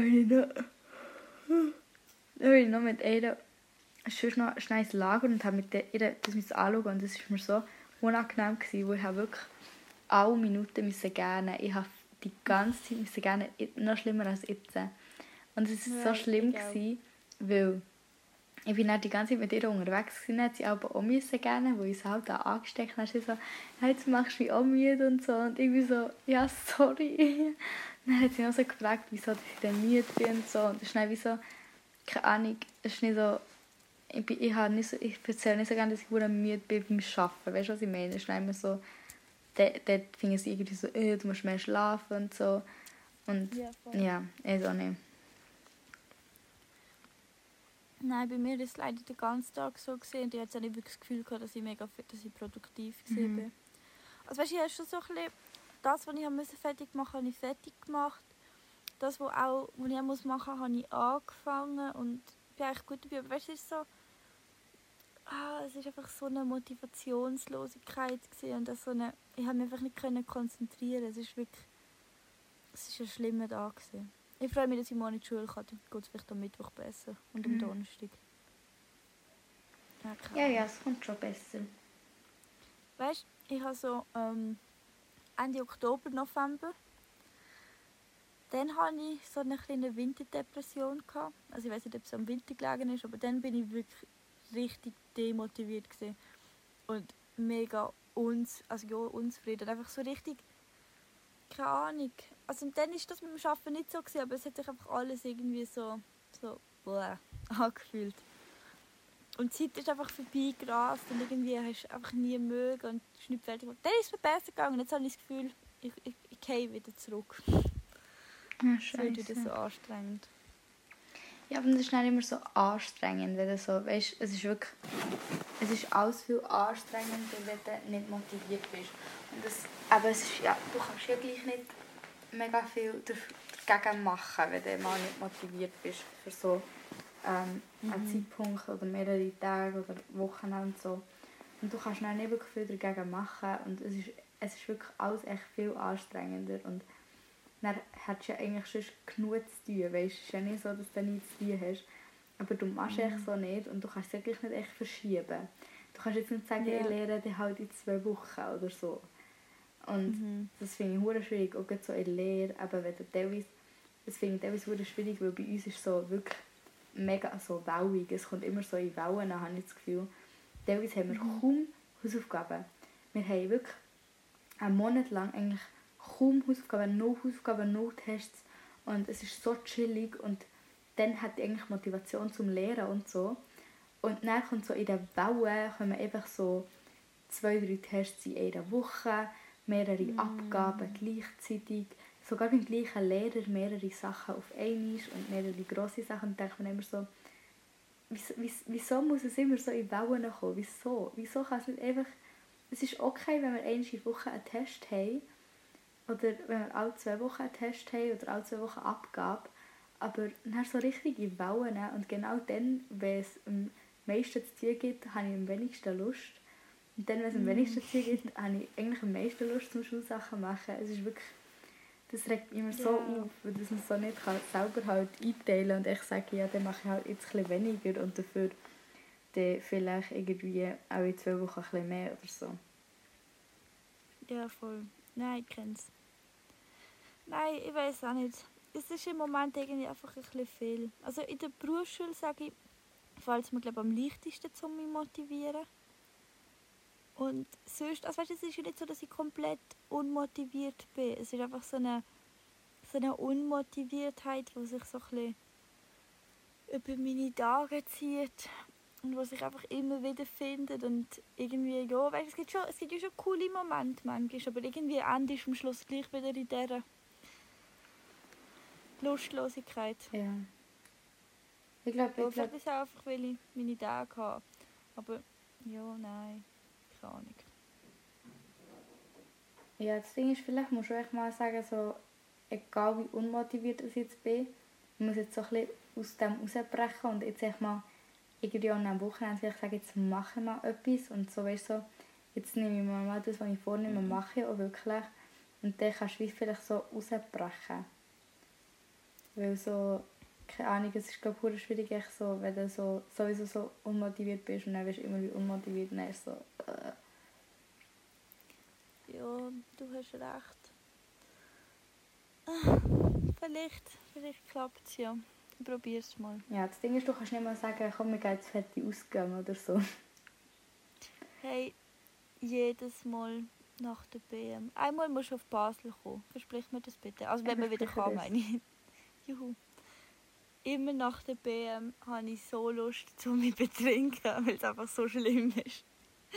bin ich noch mit ihr sonst noch schnell ins Lager und habe mit ihr das anschauen. Und das war mir so unangenehm, weil ich habe wirklich alle Minuten gerne. Ich habe die ganze Zeit gerne, noch schlimmer als jetzt. Und es war so schlimm, weil ich bin dann die ganze Zeit mit ihr unterwegs gewesen, hat sie aber auch gerne, weil ich sie halt auch angesteckt habe. Sie so, hey, jetzt machst du mich auch müde und so. Und ich bin so, ja, sorry. Dann hat sie noch so gefragt, wieso ich denn müde bin und so. Und das ist dann wie so, keine Ahnung, es ist nicht so, ich erzähle nicht so gerne, dass ich müde bin beim Arbeiten. Weißt du, was ich meine? Es ist immer so, dort finde ich es irgendwie so, du musst mehr schlafen und so. Und ja, ich auch nicht. Nein, bei mir war es leider den ganzen Tag so gesehen und ich hatte nicht wirklich das Gefühl gehabt, dass ich produktiv war. Also weißt du, ich habe schon so ein bisschen das, was ich fertig machen musste, habe ich fertig gemacht. Das, was ich machen muss, habe ich angefangen und bin eigentlich gut dabei. Aber weißt du, es ist so, es ist einfach so eine Motivationslosigkeit gewesen und so eine, ich habe mich einfach nicht konzentrieren. Es ist ein schlimmer Tag gewesen. Ich freue mich, dass ich morgen in die Schule kann. Dann geht es vielleicht am Mittwoch besser und am Donnerstag. Ja, es kommt schon besser. Weißt du, ich habe so Ende Oktober, November, dann hatte ich so eine kleine Winterdepression gehabt. Also ich weiß nicht, ob es am Winter gelegen ist, aber dann bin ich wirklich richtig demotiviert gewesen. Und mega unzufrieden. Einfach so richtig, keine Ahnung. Also und dann ist das mit dem Arbeiten nicht so gewesen, aber es hat sich einfach alles irgendwie so bläh, angefühlt. Und die Zeit ist einfach vorbeigerast und irgendwie hast du einfach nie mögen und es ist nicht fertig geworden. Dann ist es mir besser gegangen. Jetzt habe ich das Gefühl, ich gehe wieder zurück. Ja, Es wird wieder so scheiße. anstrengend. Ja, aber das ist nicht immer so anstrengend, wenn du so, weißt, es ist alles viel anstrengender, wenn du nicht motiviert bist. Und aber es ist, ja, du kannst ja gleich nicht mega viel dagegen machen, wenn du mal nicht motiviert bist für so einen Zeitpunkt oder mehrere Tage oder Wochen und so. Und du kannst dann nicht wirklich viel dagegen machen und es ist wirklich alles echt viel anstrengender und dann hast du ja eigentlich schon genug zu tun, weißt? Es ist ja nicht so, dass du nichts zu tun hast, aber du machst echt so nicht und du kannst es wirklich nicht echt verschieben. Du kannst jetzt nicht sagen, ich lehre dann halt in 2 Wochen oder so. Und das finde ich verdammt schwierig, auch gerade so in der Lehre, aber wenn du teilweise, das finde ich teilweise verdammt schwierig, weil bei uns ist so wirklich mega so wellig, es kommt immer so in Wellen, habe ich das Gefühl. Teilweise haben wir kaum Hausaufgaben. Wir haben wirklich einen Monat lang eigentlich kaum Hausaufgaben, no Tests und es ist so chillig und dann hat ich eigentlich Motivation zum Lehren und so. Und dann kommt so in der Welle kommen einfach so 2-3 Tests in einer Woche, mehrere Abgaben gleichzeitig, sogar beim gleichen Lehrer mehrere Sachen auf einmal und mehrere grosse Sachen und dann denkt man immer so, wieso muss es immer so in Wellen kommen? Wieso kann es nicht einfach... Es ist okay, wenn wir einmal in der Woche einen Test haben oder wenn wir alle 2 Wochen einen Test haben oder alle 2 Wochen Abgabe, aber dann so richtig in Wellen und genau dann, wenn es am meisten zu tun gibt, habe ich am wenigsten Lust. Und dann, wenn es am wenigsten zu tun gibt, habe ich eigentlich am meisten Lust zum Schulsachen machen. Es ist wirklich... Das regt mich immer so auf, weil man so nicht selber halt einteilen kann und ich sage, ja, dann mache ich halt jetzt ein bisschen weniger und dafür dann vielleicht irgendwie auch in 2 Wochen ein bisschen mehr oder so. Ja, voll. Nein, ich kenne es. Nein, ich weiß auch nicht. Es ist im Moment irgendwie einfach ein bisschen viel. Also in der Berufsschule, sage ich, fällt es mir glaube am leichtesten, um mich zu motivieren. Und sonst, also weißt, es ist ja nicht so, dass ich komplett unmotiviert bin. Es ist einfach so eine Unmotiviertheit, die sich so ein bisschen über meine Tage zieht und was sich einfach immer wieder findet und irgendwie, ja, weißt, es gibt ja schon coole Momente manchmal, aber irgendwie endest du am Schluss gleich wieder in dieser Lustlosigkeit. Ja. Ich glaube, Vielleicht ist es auch einfach, weil ich meine Tage habe. Aber ja, nein, keine Ahnung. Ja, das Ding ist, vielleicht musst du echt mal sagen, so, egal wie unmotiviert ich jetzt bin, ich muss jetzt so ein bisschen aus dem rausbrechen und jetzt echt mal irgendwie an einem Wochenende vielleicht sagen, jetzt mache ich mal etwas und so, weißt du, so, jetzt nehme ich mal das, was ich vornehme, mache ich auch wirklich und dann kannst du vielleicht so rausbrechen. Weil so, keine Ahnung, es ist glaube ich schwierig, echt so, wenn du so, sowieso so unmotiviert bist und dann bist du immer wie unmotiviert und dann ist so, Ja, du hast recht. Vielleicht klappt es ja. Ich probiere es mal. Ja, das Ding ist, du kannst nicht mal sagen, komm, wir gehen jetzt fertig ausgehen oder so. Hey, jedes Mal nach der BM. Einmal musst du auf Basel kommen. Versprich mir das bitte. Also wenn man wieder kann, meine ich. Juhu. Immer nach der BM habe ich so Lust, mich zu betrinken, weil es einfach so schlimm ist.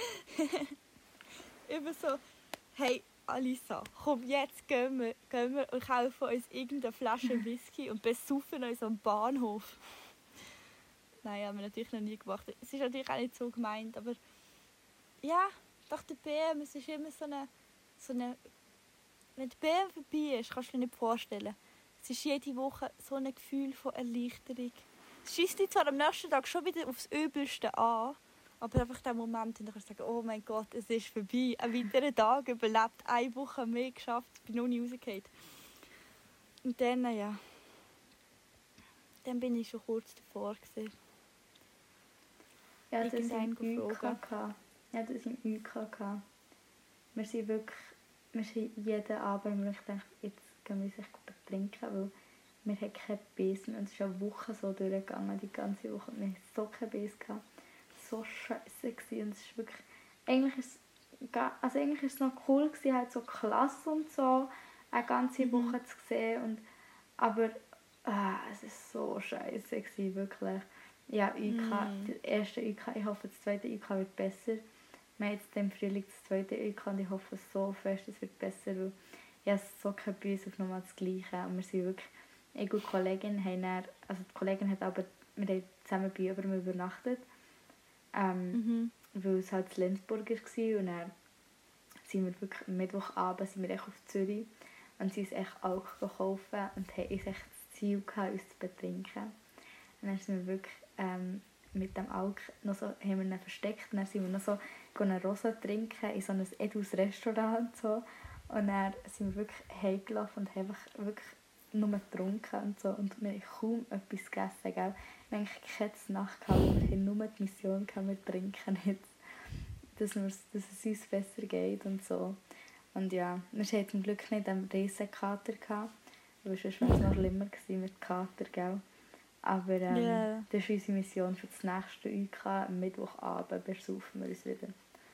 Immer so, hey Alisa, komm, jetzt gehen wir und kaufen uns irgendeine Flasche Whisky und besaufen uns am Bahnhof. Nein, haben wir natürlich noch nie gemacht. Es ist natürlich auch nicht so gemeint, aber ja, nach der BM, es ist immer so eine wenn die BM vorbei ist, kannst du dir nicht vorstellen. Es ist jede Woche so ein Gefühl von Erleichterung. Es schießt dich zwar am nächsten Tag schon wieder aufs Übelste an, aber einfach der Moment, in dem du sagen, oh mein Gott, es ist vorbei. Ein weiterer Tag überlebt, 1 Woche mehr geschafft, ich bin noch nie rausgefallen. Und dann, ja, dann bin ich schon kurz davor gewesen. Ja, das im UK gehabt. Ja, das im UK gehabt. Wir sind jeden Abend, und ich dachte, jetzt gehen wir uns echt betrinken, weil wir hatten keine Biss mehr. Und es ist eine Woche so durchgegangen, die ganze Woche. Und wir hatten so keine Biss gehabt. So scheiße gewesen. Und es ist wirklich... Eigentlich ist es noch cool gewesen, halt so Klasse und so eine ganze Woche zu sehen. Und, aber es ist so scheiße gewesen, wirklich. Ja, UK, der erste UK, ich hoffe, das zweite UK wird besser. Wir haben jetzt im Frühling das zweite UK und ich hoffe so fest, es wird besser, weil ich habe so kein Biss auf nochmal das Gleiche. Und wir sind wirklich... Ich und die Kollegin haben dann, also die Kollegin hat aber, wir haben zusammen bei jemandem übernachtet, weil es halt in Lenzburg war und dann sind wir wirklich am Mittwochabend sind wir echt auf Zürich und sie uns echt Alkohol gekauft und haben uns echt das Ziel gehabt, uns zu betrinken. Und dann sind wir wirklich mit dem Alkohol noch so, haben wir ihn versteckt und dann sind wir noch so eine Rose trinken in so einem edles Restaurant und so. Und dann sind wir wirklich heimgelaufen und haben einfach wirklich nur getrunken und so. Und wir haben kaum etwas gegessen, gell? Wir haben eigentlich keine Nacht gehabt, wir haben nur die Mission gehabt, wir trinken nicht. Dass es uns besser geht und so. Und ja, wir hatten zum Glück nicht einen riesen Kater gehabt, weil sonst wäre es noch schlimmer gewesen mit Kater, gell? Aber das ist unsere Mission für das nächste UK. Am Mittwochabend besaufen wir uns wieder.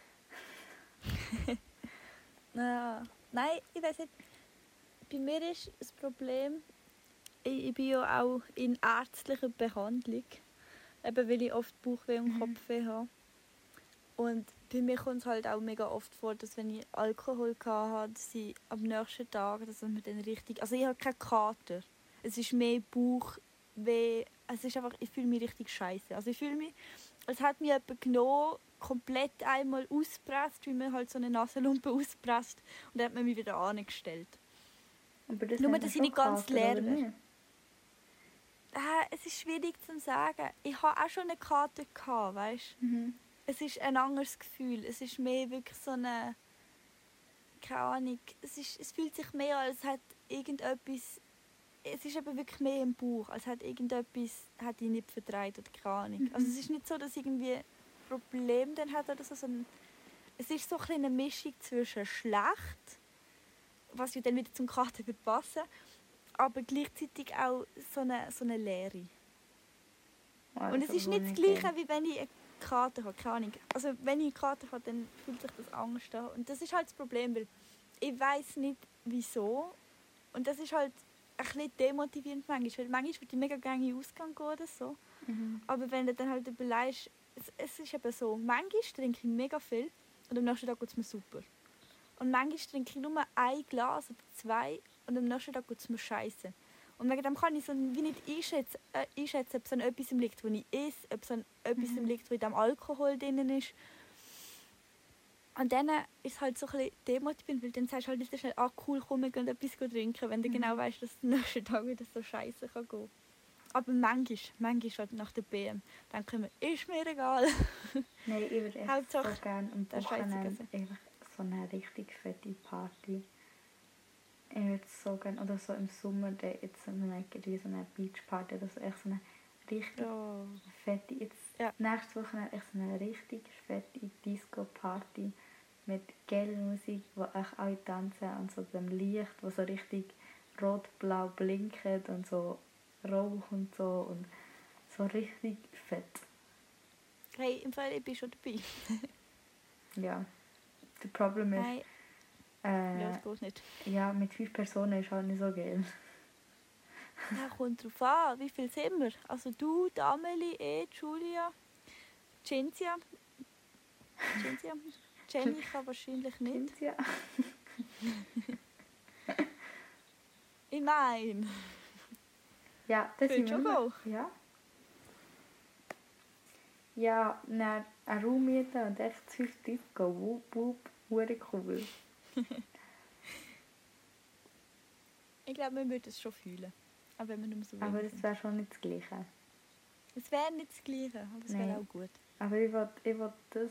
Ja. Nein, ich weiss nicht. Bei mir ist das Problem, ich bin ja auch in ärztlicher Behandlung, eben weil ich oft Bauchweh und Kopfweh habe. Und bei mir kommt es halt auch mega oft vor, dass wenn ich Alkohol hatte, dass ich am nächsten Tag, dass mir dann richtig... Also ich habe keinen Kater. Es ist mehr Bauchweh. Es ist einfach, ich fühle mich richtig scheiße. Also ich fühle mich, als hätte mich jemand genommen, komplett einmal ausgepresst, wie man halt so eine Nasenlumpe auspresst. Und dann hat man mich wieder angestellt. Aber das Nur, dass ich nicht ganz Kater, leer werde. Es ist schwierig zu sagen. Ich hatte auch schon eine Kater, weißt du? Es ist ein anderes Gefühl. Es ist mehr wirklich so eine... Keine Ahnung. Es fühlt sich mehr an, als hat irgendetwas... Es ist eben wirklich mehr im Bauch, als hat irgendetwas hat ich nicht vertreibt oder keine Ahnung. Also es ist nicht so, dass ich irgendwie ein Problem dann hat oder so, sondern es ist so eine Mischung zwischen schlecht, was ja dann wieder zum Kater wird passen, aber gleichzeitig auch so eine Leere. Und es ist nicht das Gleiche, wie wenn ich eine Kater habe, keine Ahnung. Also wenn ich eine Kater habe, dann fühlt sich das Angst an. Und das ist halt das Problem, weil ich weiss nicht, wieso. Und das ist halt ein bisschen demotivierend manchmal, weil manchmal würde ich mega gerne in den Ausgang gehen oder so. Aber wenn du dann halt überlegst, es ist eben so, manchmal trinke ich mega viel und am nächsten Tag geht es mir super. Und manchmal trinke ich nur ein Glas oder zwei und am nächsten Tag geht es mir scheiße. Und wegen dem kann ich so wie nicht einschätzen, ob es an etwas liegt, was ich esse, ob es an etwas liegt, was in diesem Alkohol drin ist. Und dann ist es halt so ein bisschen demotivierend, weil dann sagst du halt nicht so schnell, cool, komm, wir gehen etwas trinken, wenn du genau weißt, dass es am nächsten Tag wieder so scheiße kann gehen. Aber manchmal halt nach der BM, dann können wir, ist mir egal. Nein, ich würde echt so gerne am Wochenende einfach so eine richtig fette Party. Ich würde so gerne, oder so im Sommer, jetzt so eine Beachparty oder so, echt so eine richtig fette, nächste Woche echt so eine richtig fette Disco-Party mit geiler Musik, wo echt alle tanzen und so dem Licht, wo so richtig rot-blau blinkt und so Rauch und so richtig fett. Hey, im Fall, ich bin schon dabei. Ja, das Problem ist, hey. Ja, das geht nicht. Ja, mit 5 Personen ist halt nicht so geil. Ja, kommt drauf an, wie viel sind wir? Also du, die Amelie, Julia, Cinzia. Jenny kann wahrscheinlich nicht. Cinzia. Ich meine. Ja, das ist schon auch. Ja. Ja, dann einen Raum mieten und echt 5 Leute gehen. Wupp, wupp, hure cool. Ich glaube, wir würden es schon fühlen. Aber wenn wir nicht mehr so aber das wäre schon nicht das Gleiche. Es wäre nicht das Gleiche, aber es wäre auch gut. Aber ich will das...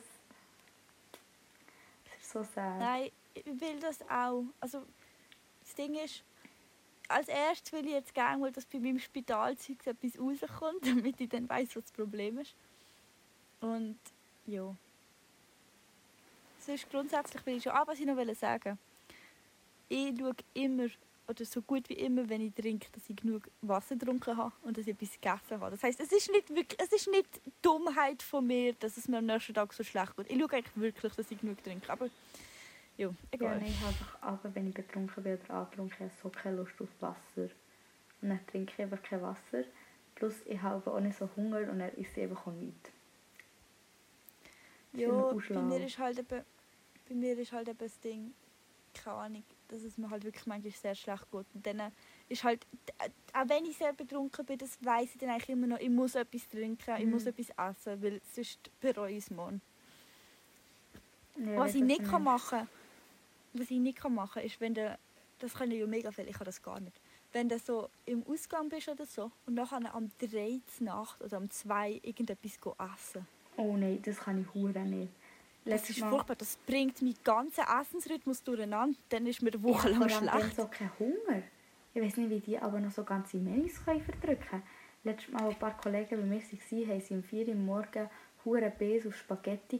Das ist so sad. Nein, ich will das auch. Also, das Ding ist, als erstes will ich jetzt gerne mal, dass bei meinem Spitalzeug etwas rauskommt, damit ich dann weiss, was das Problem ist. Und ja. Sonst grundsätzlich will ich schon... was ich noch sagen wollte. Ich schaue immer oder so gut wie immer, wenn ich trinke, dass ich genug Wasser getrunken habe und dass ich etwas gegessen habe. Das heisst, es ist nicht Dummheit von mir, dass es mir am nächsten Tag so schlecht geht. Ich schaue eigentlich wirklich, dass ich genug trinke, aber ja, egal. Ja, nein, ich habe einfach, aber wenn ich betrunken bin oder angetrunken, habe ich so keine Lust auf Wasser. Und dann trinke ich einfach kein Wasser. Plus ich habe auch nicht so Hunger und dann esse ich einfach auch nichts. Ja, bei mir ist halt eben das Ding, keine Ahnung, dass es mir halt wirklich manchmal sehr schlecht geht. Und dann ist halt, auch wenn ich sehr betrunken bin, das weiss ich dann eigentlich immer noch, ich muss etwas trinken, ich muss etwas essen, weil sonst bereue ich es morgen. Ja, Was ich nicht machen kann, ist, wenn du, das kann ich ja mega viel, ich kann das gar nicht. Wenn du so im Ausgang bist oder so und nachher am 3 Nacht oder am 2 irgendetwas essen. Oh nein, das kann ich verdammt nicht. Das ist furchtbar, das bringt meinen ganzen Essensrhythmus durcheinander. Dann ist mir eine Woche lang schlecht. Ich habe so keinen Hunger. Ich weiß nicht, wie die aber noch so ganze Menüs verdrücken können. Letztes Mal, als ein paar Kollegen bei mir waren, haben sie um 4 Uhr morgens verdammt Bäs auf Spaghetti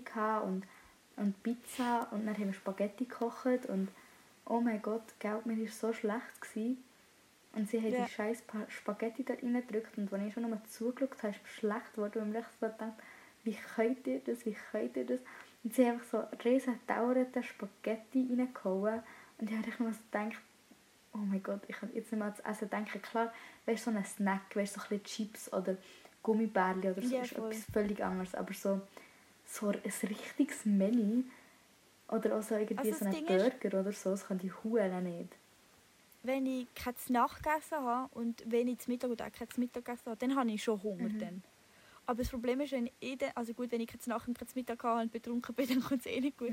und Pizza. Und dann haben wir Spaghetti gekocht. Und oh mein Gott, gell, mir war so schlecht gewesen. Und sie haben die scheiß Spaghetti da reingedrückt. Und als ich schon nochmal zugeschaut habe, ist es schlecht geworden. Und ich so gedacht, wie könnt ihr das? Und sie haben einfach so riesen dauernde Spaghetti reingehauen. Und ich habe nur so gedacht, oh mein Gott, ich kann jetzt nicht mehr ans Essen denken. Klar, weißt du, so ein Snack, weißt du, so ein bisschen Chips oder Gummibärli oder so, ist etwas völlig anderes. Aber so ein richtiges Menü oder auch so irgendwie also so ein Burger oder so, das kann die Huren nicht. Wenn ich kein Nacht gegessen habe und wenn ich zum Mittag oder auch kein Mittag gegessen habe, dann habe ich schon Hunger. Dann. Aber das Problem ist, wenn ich wenn ich jetzt Nacht und kein Mittag habe und betrunken bin, dann kommt es eh nicht gut.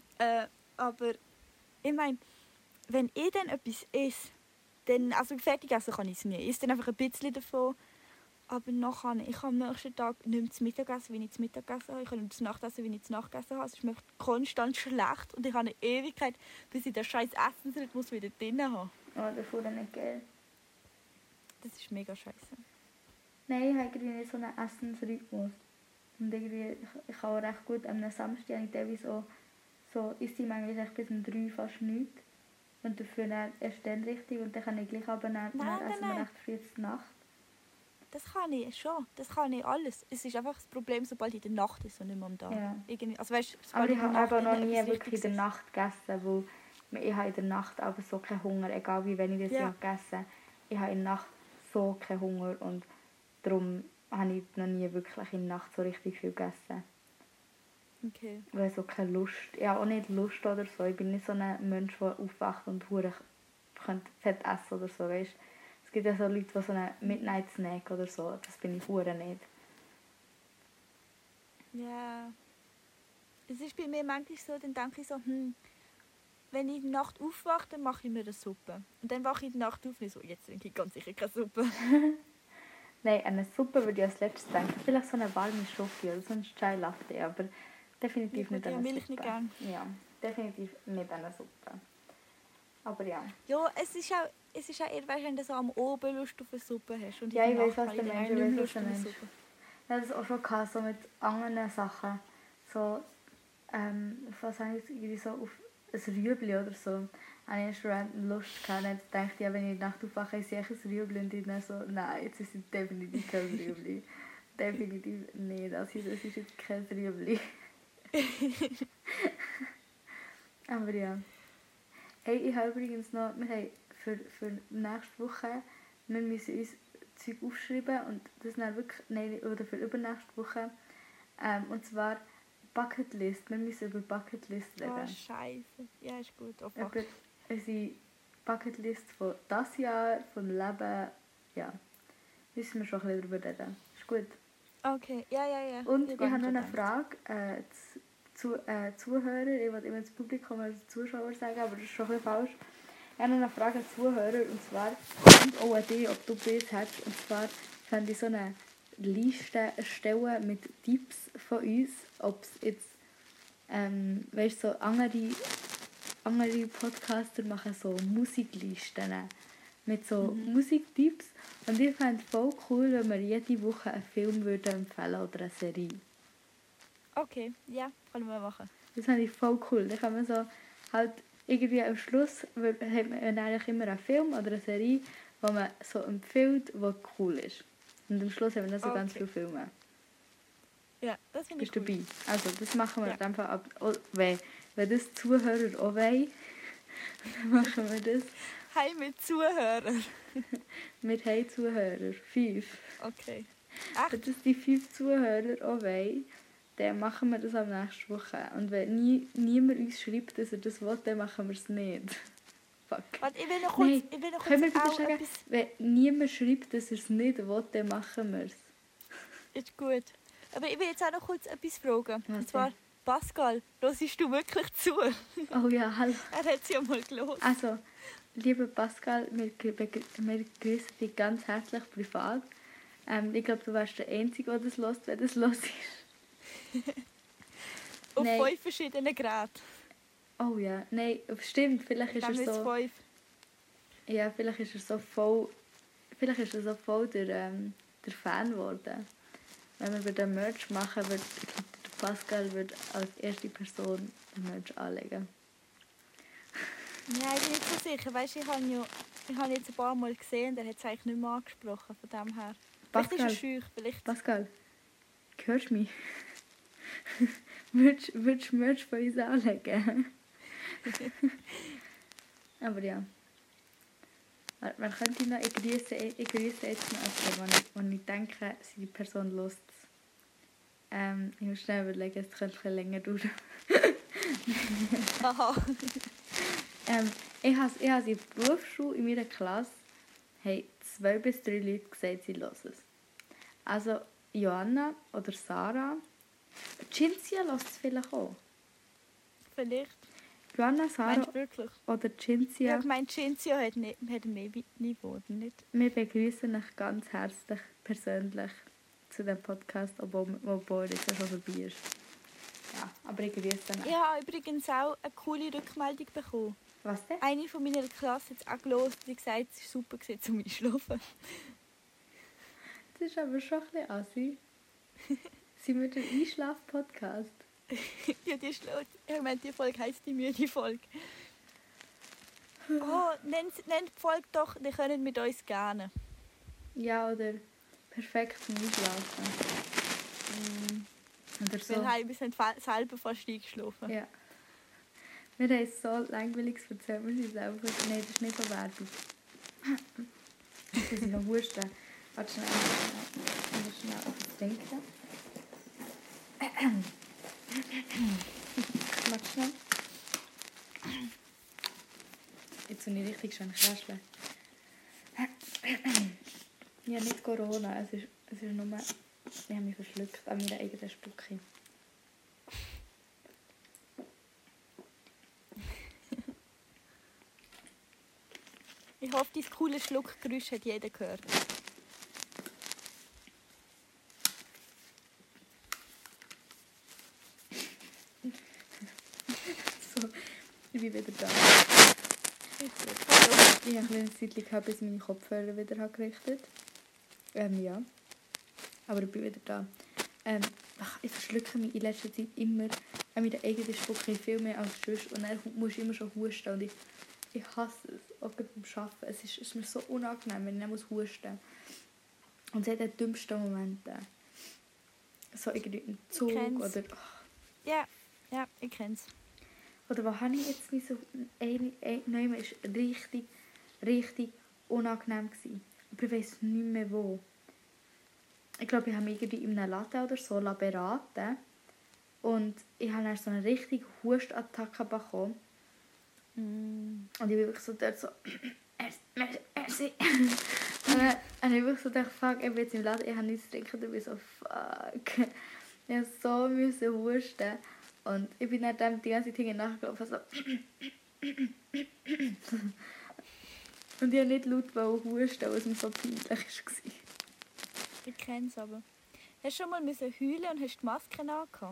Aber ich meine, wenn ich dann etwas esse, dann, also fertig essen kann ich es nie. Ich esse dann einfach ein bisschen davon. Aber nachher, ich kann am nächsten Tag nicht mehr zu Mittag essen, wie ich zu Mittag gegessen habe. Ich kann nicht zu Nacht essen, wie ich zu Nacht gegessen habe. Es ist mir konstant schlecht und ich habe eine Ewigkeit, bis ich den scheiß Essensrhythmus wieder drin habe. Oh, das ist voll nicht geil. Das ist mega scheiße. Nein, ich habe irgendwie nicht so einen Essensrhythmus. Und irgendwie, ich kann auch recht gut am Samstag habe ich teilweise auch so, isst ich manchmal bis um 3 fast nichts. Und dafür dann erst dann richtig und dann kann ich gleich abnehmen und dann essen wir recht früh zur Nacht. Das kann ich schon, das kann ich alles. Es ist einfach das Problem, sobald in der Nacht ist und nicht mehr am Tag. Ja. Also, weißt, aber ich habe aber noch nie wirklich in der Nacht gegessen, weil ich habe in der Nacht aber so keinen Hunger, egal wie wenig ich gegessen habe. Ich habe in der Nacht so keinen Hunger und darum habe ich noch nie wirklich in der Nacht so richtig viel gegessen. Okay. Weil so keine Lust, ja auch nicht Lust oder so. Ich bin nicht so ein Mensch, der aufwacht und fett essen oder so, weißt. Es gibt ja so Leute, die so einen Midnight-Snack oder so, das bin ich verdammt nicht. Ja. Es ist bei mir manchmal so, dann denke ich so, wenn ich in der Nacht aufwache, dann mache ich mir eine Suppe. Und dann wache ich in der Nacht auf und ich so, jetzt trinke ich ganz sicher keine Suppe. Nein, an eine Suppe würde ich als letztes denken. Vielleicht so eine warme Schoki oder so ein Chai Latte, aber definitiv nicht an eine Milch Suppe. Nicht gern. Ja, definitiv nicht an eine Suppe. Aber ja. Ja, es ist auch eher, wenn du so am Oben Lust auf eine Suppe hast. Und ja, ich weiß, was du meinst. Ich habe das auch schon gehabt, so mit anderen Sachen. So, was habe ich irgendwie so auf ein Rüebli oder so. Habe ich schon Lust gehabt. Dann dachte ich, ja, wenn ich in der Nacht aufwache, ist es ein Rüebli. Und ich dann so, nein, jetzt ist es definitiv kein Rüebli. Definitiv nicht. Also, das ist jetzt kein Rüebli. Aber ja. Hey, ich habe übrigens noch, wir haben für nächste Woche, wir müssen uns Zeug aufschreiben und das dann wirklich, oder für übernächste Woche, und zwar Bucketlist. Wir müssen über Bucketlist reden. Oh, scheiße. Ja, ist gut. Oh, über unsere Bucketlist von dieses Jahr, vom Leben, ja, müssen wir schon ein bisschen darüber reden. Ist gut? Okay, ja. Und ich habe noch eine Frage Zuhörer, ich wollte immer das Publikum als Zuschauer sagen, aber das ist schon ein bisschen falsch. Ich habe noch eine Frage an Zuhörer, und zwar, und auch an dich, ob du Bild hast, und zwar fände ich so eine Liste erstellen mit Tipps von uns, ob es jetzt, weißt du, so andere Podcaster machen so Musiklisten mit so Musiktipps, und ich fände es voll cool, wenn wir jede Woche einen Film empfehlen oder eine Serie. Okay, ja, können wir machen. Das fände ich voll cool. Da kann man so halt irgendwie am Schluss hat man eigentlich immer einen Film oder eine Serie, die man so empfiehlt, die cool ist. Und am Schluss haben wir dann so ganz Okay. viele Filme. Ja, das finde ich Bist du cool. dabei? Also, das machen wir Ja. einfach ab. Oh, wenn das die Zuhörer auch wollen, dann machen wir das. Hey, mit Zuhörern. Wir haben Zuhörer. 5. Okay. Wenn Echt? das die 5 Zuhörer auch wollen, dann machen wir das am nächsten Woche. Und wenn niemand uns schreibt, dass er das will, dann machen wir es nicht. Fuck. Warte, ich will noch Nein, kurz können wir bitte auch sagen, etwas... wenn niemand schreibt, dass er es nicht will, dann machen wir es. Ist gut. Aber ich will jetzt auch noch kurz etwas fragen. Was Und zwar, denn? Pascal, hörst du wirklich zu? Oh ja, hallo. Er hat es ja mal gehört. Also, lieber Pascal, wir grüßen dich ganz herzlich privat. Ich glaube, du wärst der Einzige, der das hört, wenn das los ist. Auf Nein. 5 verschiedenen Geräten. Oh ja, nein, stimmt, vielleicht ist Dann er jetzt so... 5. Ja, vielleicht ist er so voll... Vielleicht ist er so voll der Fan geworden. Wenn wir den Merch machen, wird der Pascal wird als erste Person den Merch anlegen. Ja, ich bin nicht so sicher. Weißt du, ich habe jetzt ein paar Mal gesehen, der hat es eigentlich nicht mehr angesprochen. Von dem her. Vielleicht ist er Pascal, schüch. Vielleicht... Pascal, hörst du mich? Würdest du Merch von uns anlegen? Aber ja. Man könnte noch, ich grüße jetzt noch jemanden, wo ich denke, die Person hört es. Ich muss schnell überlegen, es könnte ein bisschen länger dauern. Aha. Ich habe in der Berufsschule, in meiner Klasse, haben 2 bis 3 Leute gesagt, sie hören es. Also Joanna oder Sarah. Cinzia hört es vielleicht auch. Vielleicht. Joanna, Sarah Meinst du wirklich? oder Ja, Cinzia. ich meine, Cinzia hat mehr Niveau, nicht? Wir begrüßen euch ganz herzlich persönlich zu diesem Podcast, obwohl er jetzt schon vorbei ist. Ja, aber ich grüße ihn. Ich habe übrigens auch eine coole Rückmeldung bekommen. Was denn? Eine von meiner Klasse hat es auch gehört und gesagt, es war super zum Einschlafen. Das ist aber schon ein bisschen assi. Sind wir der Einschlaf-Podcast? Ja, ich meine, die Folge heisst die müde Folge. Oh, nennt die Folge doch, die können mit uns gerne. Ja, oder perfekt zum Einschlafen. Oder so. Wir sind selber fast eingeschlafen. Ja. Wir haben so langweiliges erzählt, wir sind selber... Nein, das ist nicht so Werbung. Jetzt muss ich noch husten. Warte schnell. Ich muss schnell etwas trinken. Warte schnell. Jetzt bin ich richtig schön krascheln. Ja, nicht Corona, es ist nur... Ich habe mich verschluckt an meiner eigenen Spucke. Ich hoffe, dein cooles Schluckgeräusch hat jeder gehört. So, ich bin wieder da. Hallo. Ich habe ein Zeit gehabt, bis meine Kopfhörer wieder gerichtet habe. Ja. Aber ich bin wieder da. Ich verschlucke mich in letzter Zeit immer an meiner eigenen Spucke viel mehr als sonst. Und dann muss ich immer schon husten. Und ich hasse es, auch beim Arbeiten. Es ist mir so unangenehm, wenn ich dann husten muss. Und es hat den dümmsten Momente. So irgendwie im Zug oder... Ja, ich kenne es. Oder wo habe ich jetzt nicht so... Nein, es war richtig, richtig unangenehm gewesen. Aber ich weiss nicht mehr wo. Ich glaube, ich habe mich irgendwie in einem Laden oder so beraten. Und ich habe dann so eine richtige Hustattacke bekommen. Und ich bin wirklich so dort so... Merci. Und dann habe ich wirklich so gedacht, fuck, ich bin jetzt im Laden, ich habe nichts zu trinken. Und ich bin so, fuck. Ich musste so husten. Und ich bin dann die ganze Zeit nachgelaufen, so... Und ich habe nicht laut husten, weil es mir so peinlich war. Ich kenne es aber. Hast du schon mal heulen und hast die Maske angehabt?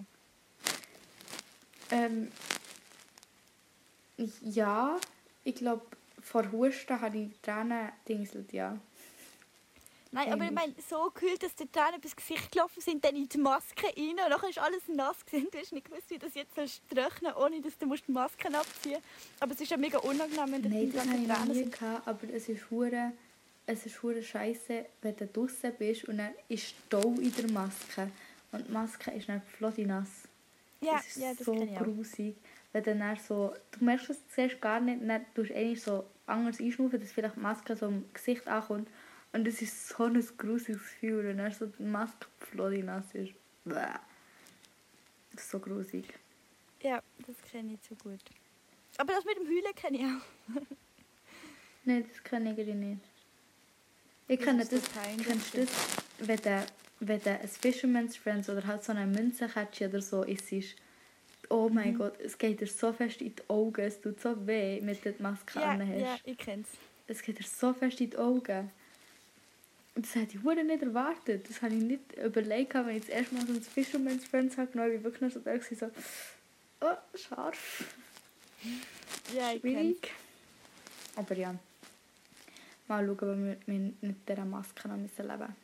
Ja, ich glaube, vor Husten habe ich Tränen dingselt, ja. Nein, aber ich meine, so gekühlt, dass die Tränen bis Gesicht gelaufen sind, dann in die Maske rein und dann ist alles nass gewesen. Du hast nicht gewusst, wie das jetzt trocknen soll, ohne dass du die Masken abziehen musst. Aber es ist ja mega unangenehm, wenn Nein, das hatte ich noch Tränen nie sind. gehabt, aber es ist hure scheisse, wenn du draußen bist und dann ist Stau in der Maske. Und die Maske ist dann nass. Ja, Das ist ja, das so kenne ich auch. grusig. Wenn dann so, du merkst es zuerst gar nicht, dann tust du eigentlich so anders einschnaufen, dass vielleicht die Maske so im Gesicht ankommt. Und es ist so ein grusiges Gefühl, wenn dann so die Maske nass ist. Bäh. Das ist so grusig. Ja, das kenne ich zu gut. Aber das mit dem Heulen kenne ich auch. Nein, das kenne ich nicht. Ich Das kenne ist so das, peinlich. kennst du das, wenn du ein Fisherman's Friends oder halt so eine Münzenkätzchen oder so isst, oh mein Gott, es geht dir so fest in die Augen, es tut so weh, mit der Maske Ja, an hast. ja, ich kenne es. Es geht dir so fest in die Augen. Und das hätte ich verdammt nicht erwartet. Das habe ich nicht überlegt, wenn ich das erste Mal so ein Fisherman's Friends habe genommen, ich wirklich noch so da war, so, oh, scharf, Ja, ich kenne schwierig. Aber ja, mal schauen, ob wir mit dieser Maske noch leben müssen.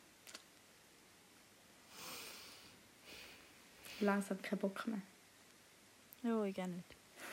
Langsam keinen Bock mehr. Ja, ich gerne nicht.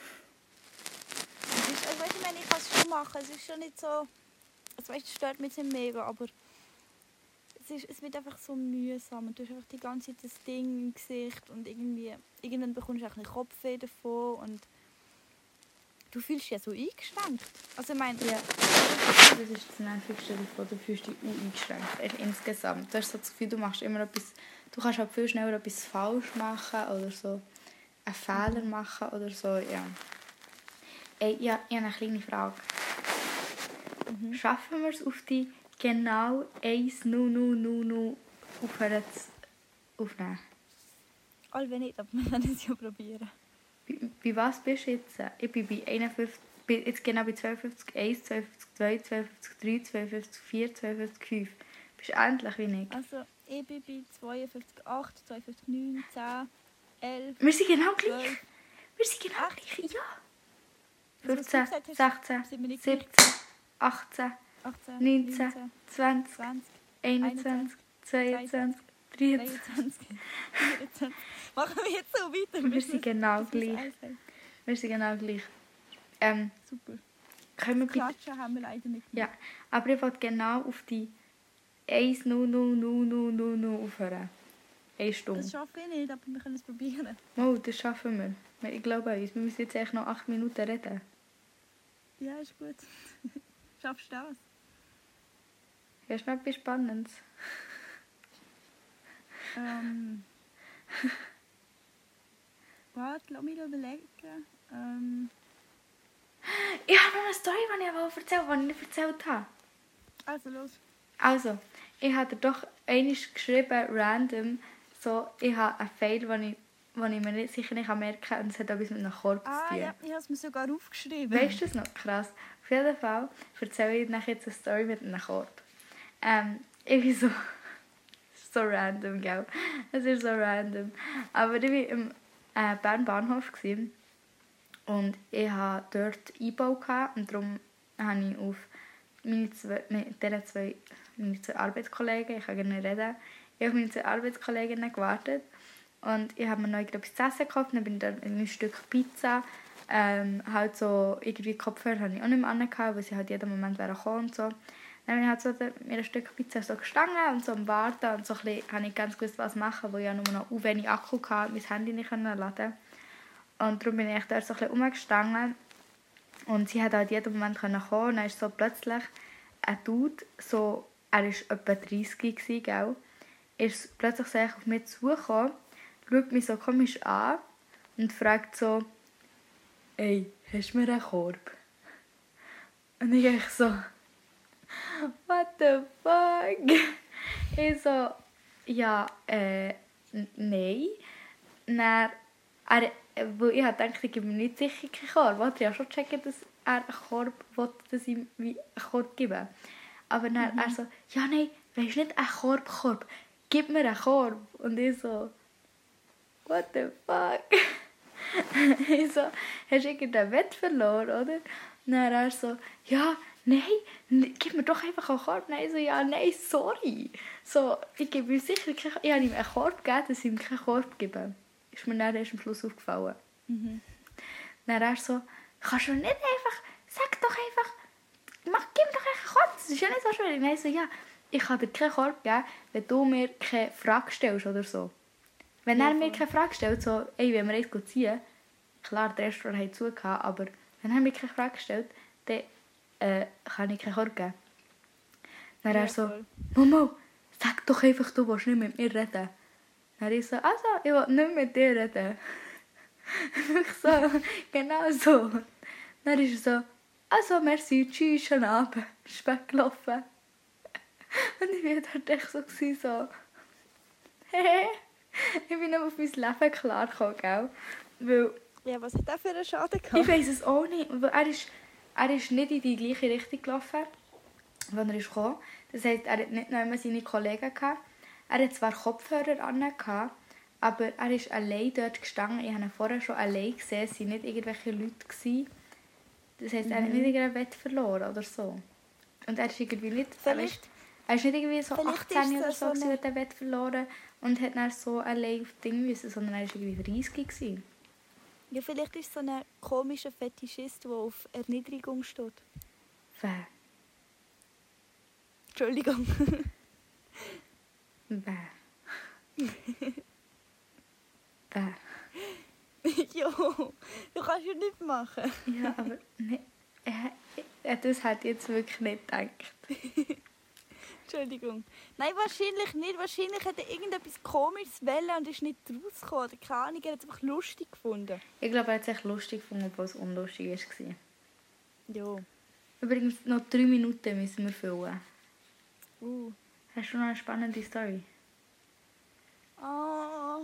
Es ist, also, weißt du, ich meine, ich kann es schon machen. Es ist schon nicht so... Also, weißt, es stört mich nicht mega, aber... Es wird einfach so mühsam. Und du hast einfach die ganze Zeit das Ding im Gesicht und irgendwie... Irgendwann bekommst du auch ein bisschen Kopfweh davon und... Du fühlst dich ja so eingeschränkt. Also, ich meine... Ja, das ist das Nervigste davon. Du fühlst dich eingeschränkt. Insgesamt. Du hast so das Gefühl, du machst immer etwas... Du kannst halt viel schneller etwas falsch machen oder so einen Fehler machen oder so, ja. Ey, ja, ich habe eine kleine Frage. Schaffen wir es auf die genau 1:00 aufhören zu aufnehmen? Alle nicht, aber wir können es ja probieren. Bei was bist du jetzt? Ich bin bei 51, jetzt genau bei 52,1, 52,2, 52,3, 52,4, 52,5. Bist du endlich wie ich? Also, ich bin bei 52,8, 52,9, 10, 11, Wir sind genau 12. gleich. Wir sind genau Echt? gleich, ja. Also, was du 15, gesagt hast, 16, sind wir nicht 17, 18, 18, 19, 19, 20, 20, 21, 22, 23. 23, 24. Machen wir jetzt so weiter. Wir sind genau bis wir gleich. eins haben. Wir sind genau gleich. Super. Können wir bitte... Klatschen haben wir leider nicht. Ja, aber ich wollte genau auf die 1:00 aufhören. 1 Stunde. Das schaffe ich nicht, aber wir können es probieren. Oh, das schaffen wir. Ich glaube an uns. Wir müssen jetzt echt noch 8 Minuten reden. Ja, ist gut. Schaffst du das? Hast du noch etwas Spannendes? Warte, lass mich überlegen. Ich habe noch eine Story, die ich erzählen wollte, die ich nicht erzählt habe. Also, los. Also, ich habe dir doch einmal geschrieben, random, so, ich habe einen Fail, den ich mir nicht, sicher nicht merken kann, und es hat etwas mit einem Korb zu tun. Ja, ich habe es mir sogar aufgeschrieben. Weißt du das noch? Krass. Auf jeden Fall erzähle ich nachher jetzt eine Story mit einem Korb. Ich bin so... so random, gell? Es ist so random. Aber ich war im Bern Bahnhof und ich hatte dort Einbau und darum habe ich auf meine zwei Arbeitskollegen, ich kann gerne reden, ich habe auf meine zwei Arbeitskolleginnen gewartet und ich habe mir noch etwas zu essen gekauft, dann bin ich dann ein Stück Pizza, halt so irgendwie Kopfhörer hatte ich auch nicht mehr an, weil sie halt jeden Moment kommen und so. Dann bin ich halt so mir ein Stück Pizza so gestanden und so am Warten und so ein bisschen habe ich ganz gewusst, was machen, weil ich nur noch wenig Akku hatte, mein Handy nicht laden. Und darum bin ich dort so ein bisschen rumgestanden und sie hat halt jeden Moment kommen und dann ist so plötzlich ein Dude, so, er war etwa 30 gewesen, gell, ist plötzlich so auf mich zugekommen, schaut mich so komisch an und fragt so, «Ey, hast du mir einen Korb?» Und ich dachte so, «What the fuck?» Ich so, «Ja, nein.» Dann, weil ich dachte, ich gebe mir nicht sicher keinen Korb. Ich habe schon gecheckt, dass er einen Korb will, dass ich wie einen Korb gebe. Aber dann er so, «Ja, nein, weisst nicht, ein Korb. Gib mir einen Korb.» Und ich so, «What the fuck?» Ich so, «Hast du irgendeinen Wett verloren, oder?» Und dann er so, «Ja, nein, gib mir doch einfach einen Korb. Nein, so, ja, nein, sorry. So, ich gebe ihm sicher keinen Korb. Ich habe ihm einen Korb gegeben, dass ich ihm keinen Korb gebe. Ist mir dann erst am Schluss aufgefallen. Dann er so, kannst du nicht einfach, sag doch einfach, gib mir doch einen Korb, das ist ja nicht so schwierig. Nein, so, ja, ich kann dir keinen Korb geben, wenn du mir keine Frage stellst oder so. Wenn er mir keine Frage stellt, so, ey, wenn wir jetzt ziehen, klar, der Restaurant hat zugehört, aber wenn er mir keine Frage stellt, dann kann ich keinen Korb geben. Dann er so, Mama, sag doch einfach, du willst nicht mit mir reden. Dann ich so, also, ich will nicht mit dir reden. Ich so, genau so. Dann ist er so, also, merci, tschüss, schönen Abend. Ist weggelaufen. Und ich war dort echt so, hey. Ich bin nicht auf mein Leben klargekommen, gell? Weil, Ja, was hat der für einen Schaden gehabt? ich weiss es auch nicht. Weil er ist nicht in die gleiche Richtung gelaufen, als er kam. Das heisst, er hat nicht nur seine Kollegen gehabt. Er hat zwar Kopfhörer an, aber er ist allein dort gestanden. Ich habe ihn vorher schon allein gesehen. Es waren nicht irgendwelche Leute gewesen. Das heisst, er hat nicht irgendeinen Wett verloren oder so. Und er ist irgendwie nicht... Er ist nicht irgendwie so 18 oder so, gewesen, hat den Wett verloren und hat dann so allein auf Ding müssen, sondern er war irgendwie 30 gewesen. Ja, vielleicht ist es so ein komischer Fetischist, der auf Erniedrigung steht. Wer? Entschuldigung. Wer? Wer? Jo, du kannst ja nicht machen. Ja, aber nicht, das hat jetzt wirklich nicht gedacht. Entschuldigung. Nein, wahrscheinlich nicht. Wahrscheinlich hat er irgendetwas Komisches wollen und ist nicht rausgekommen. Oder keine Ahnung, er hat es einfach lustig gefunden. Ich glaube, er hat es echt lustig gefunden, obwohl es unlustig war. Ja. Übrigens, noch 3 Minuten müssen wir füllen. Uh. Hast du noch eine spannende Story? Oh,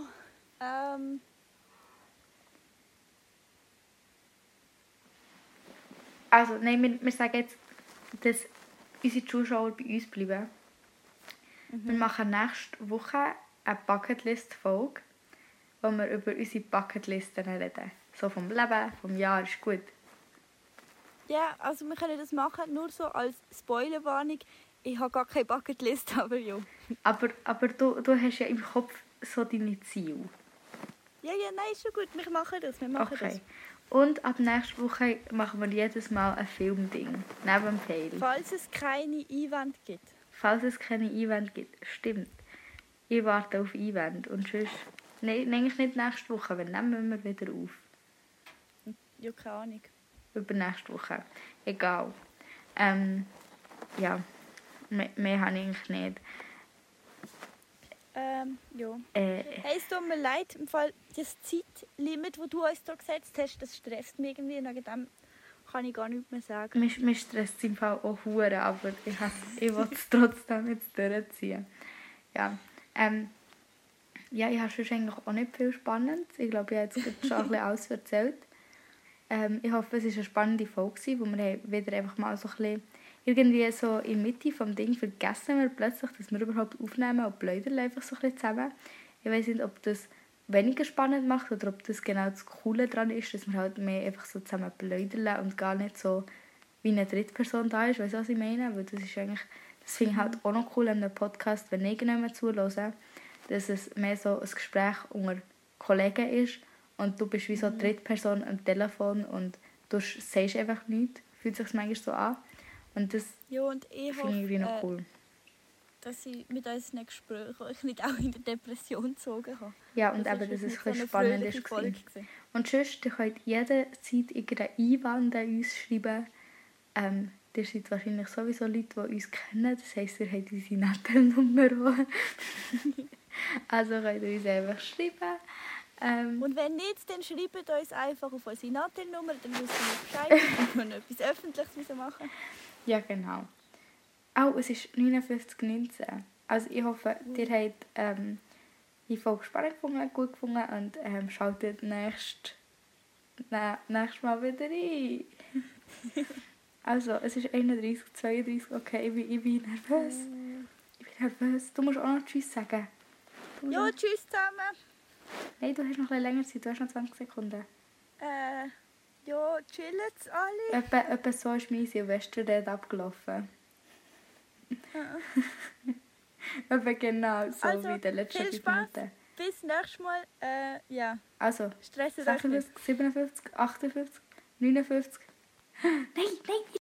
Also, nein, wir sagen jetzt, dass unsere Zuschauer bei uns bleiben. Wir machen nächste Woche eine Bucketlist-Folge, wo wir über unsere Bucketlisten reden. So vom Leben, vom Jahr, ist gut. ja, also wir können das machen, nur so als Spoilerwarnung. Ich habe gar keine Bucketlist, aber ja. Aber du hast ja im Kopf so deine Ziele. Ja, nein, ist schon gut. Wir machen das. Okay. Und ab nächster Woche machen wir jedes Mal ein Filmding. Neben dem Fail. Falls es keine Einwände gibt. Falls es keine Einwände gibt. Stimmt. Ich warte auf Einwände. Und sonst... Nein, eigentlich nicht nächste Woche. Wenn nehmen wir wieder auf. Ja, keine Ahnung. Übernächste Woche. Egal. Ja. Mehr habe ich eigentlich nicht. Ja. Hey, Es tut mir leid, im Fall das Zeitlimit, das du uns hier gesetzt hast, das stresst mich irgendwie. Wegen dem kann ich gar nichts mehr sagen. mich stresst es im Fall auch hure, aber ich will es trotzdem jetzt durchziehen. Ja. Ja, ich habe sonst eigentlich auch nicht viel Spannendes. Ich glaube, ich habe jetzt schon ein bisschen alles erzählt. Ich hoffe, es war eine spannende Folge, wo wir wieder einfach mal so ein bisschen irgendwie so in der Mitte des Ding vergessen wir plötzlich, dass wir überhaupt aufnehmen und plaudern einfach so ein bisschen zusammen. Ich weiss nicht, ob das weniger spannend macht oder ob das genau das Coole daran ist, dass wir halt mehr einfach so zusammen plaudern und gar nicht so wie eine Drittperson da ist. Weißt du, was ich meine? Weil das ist eigentlich, das finde ich halt auch noch cool an einem Podcast, wenn irgendjemand zuhört, dass es mehr so ein Gespräch unter Kollegen ist und du bist wie so eine Drittperson am Telefon und du sagst einfach nichts. Fühlt sich manchmal so an. Und das Ja, und ich finde ich wie noch cool. Dass ich mit unseren Gesprächen euch nicht auch in der Depression gezogen habe. Ja, und eben, dass es ein bisschen spannend ist. Und sonst, ihr könnt jederzeit irgendeinen Einwand an uns schreiben. Ihr seid wahrscheinlich sowieso Leute, die uns kennen. Das heisst, ihr habt unsere Natel-Nummer auch. Also könnt ihr uns einfach schreiben. Und wenn nicht, dann schreibt uns einfach auf unsere Natel-Nummer, dann wissen wir Bescheid, wenn wir etwas Öffentliches machen. Ja, genau. Oh, es ist 59:19. Also ich hoffe, ihr habt die Folge spannend gefunden, gut gefunden und schaltet nächstes Mal wieder ein. Also, es ist 31, 32, okay, ich bin nervös. Ich bin nervös. Du musst auch noch Tschüss sagen. Ja, tschüss zusammen. Nein, du hast noch ein bisschen länger Zeit, du hast noch 20 Sekunden. Ja, chillen's alle. Etwa so ist mein Silvester dort abgelaufen. Etwa genau so Also, wie in den letzten viel 5 Spaß. Minuten. Bis nächstes Mal. Ja, Also, stresset euch nicht. 56, 57, 58, 59. Nein,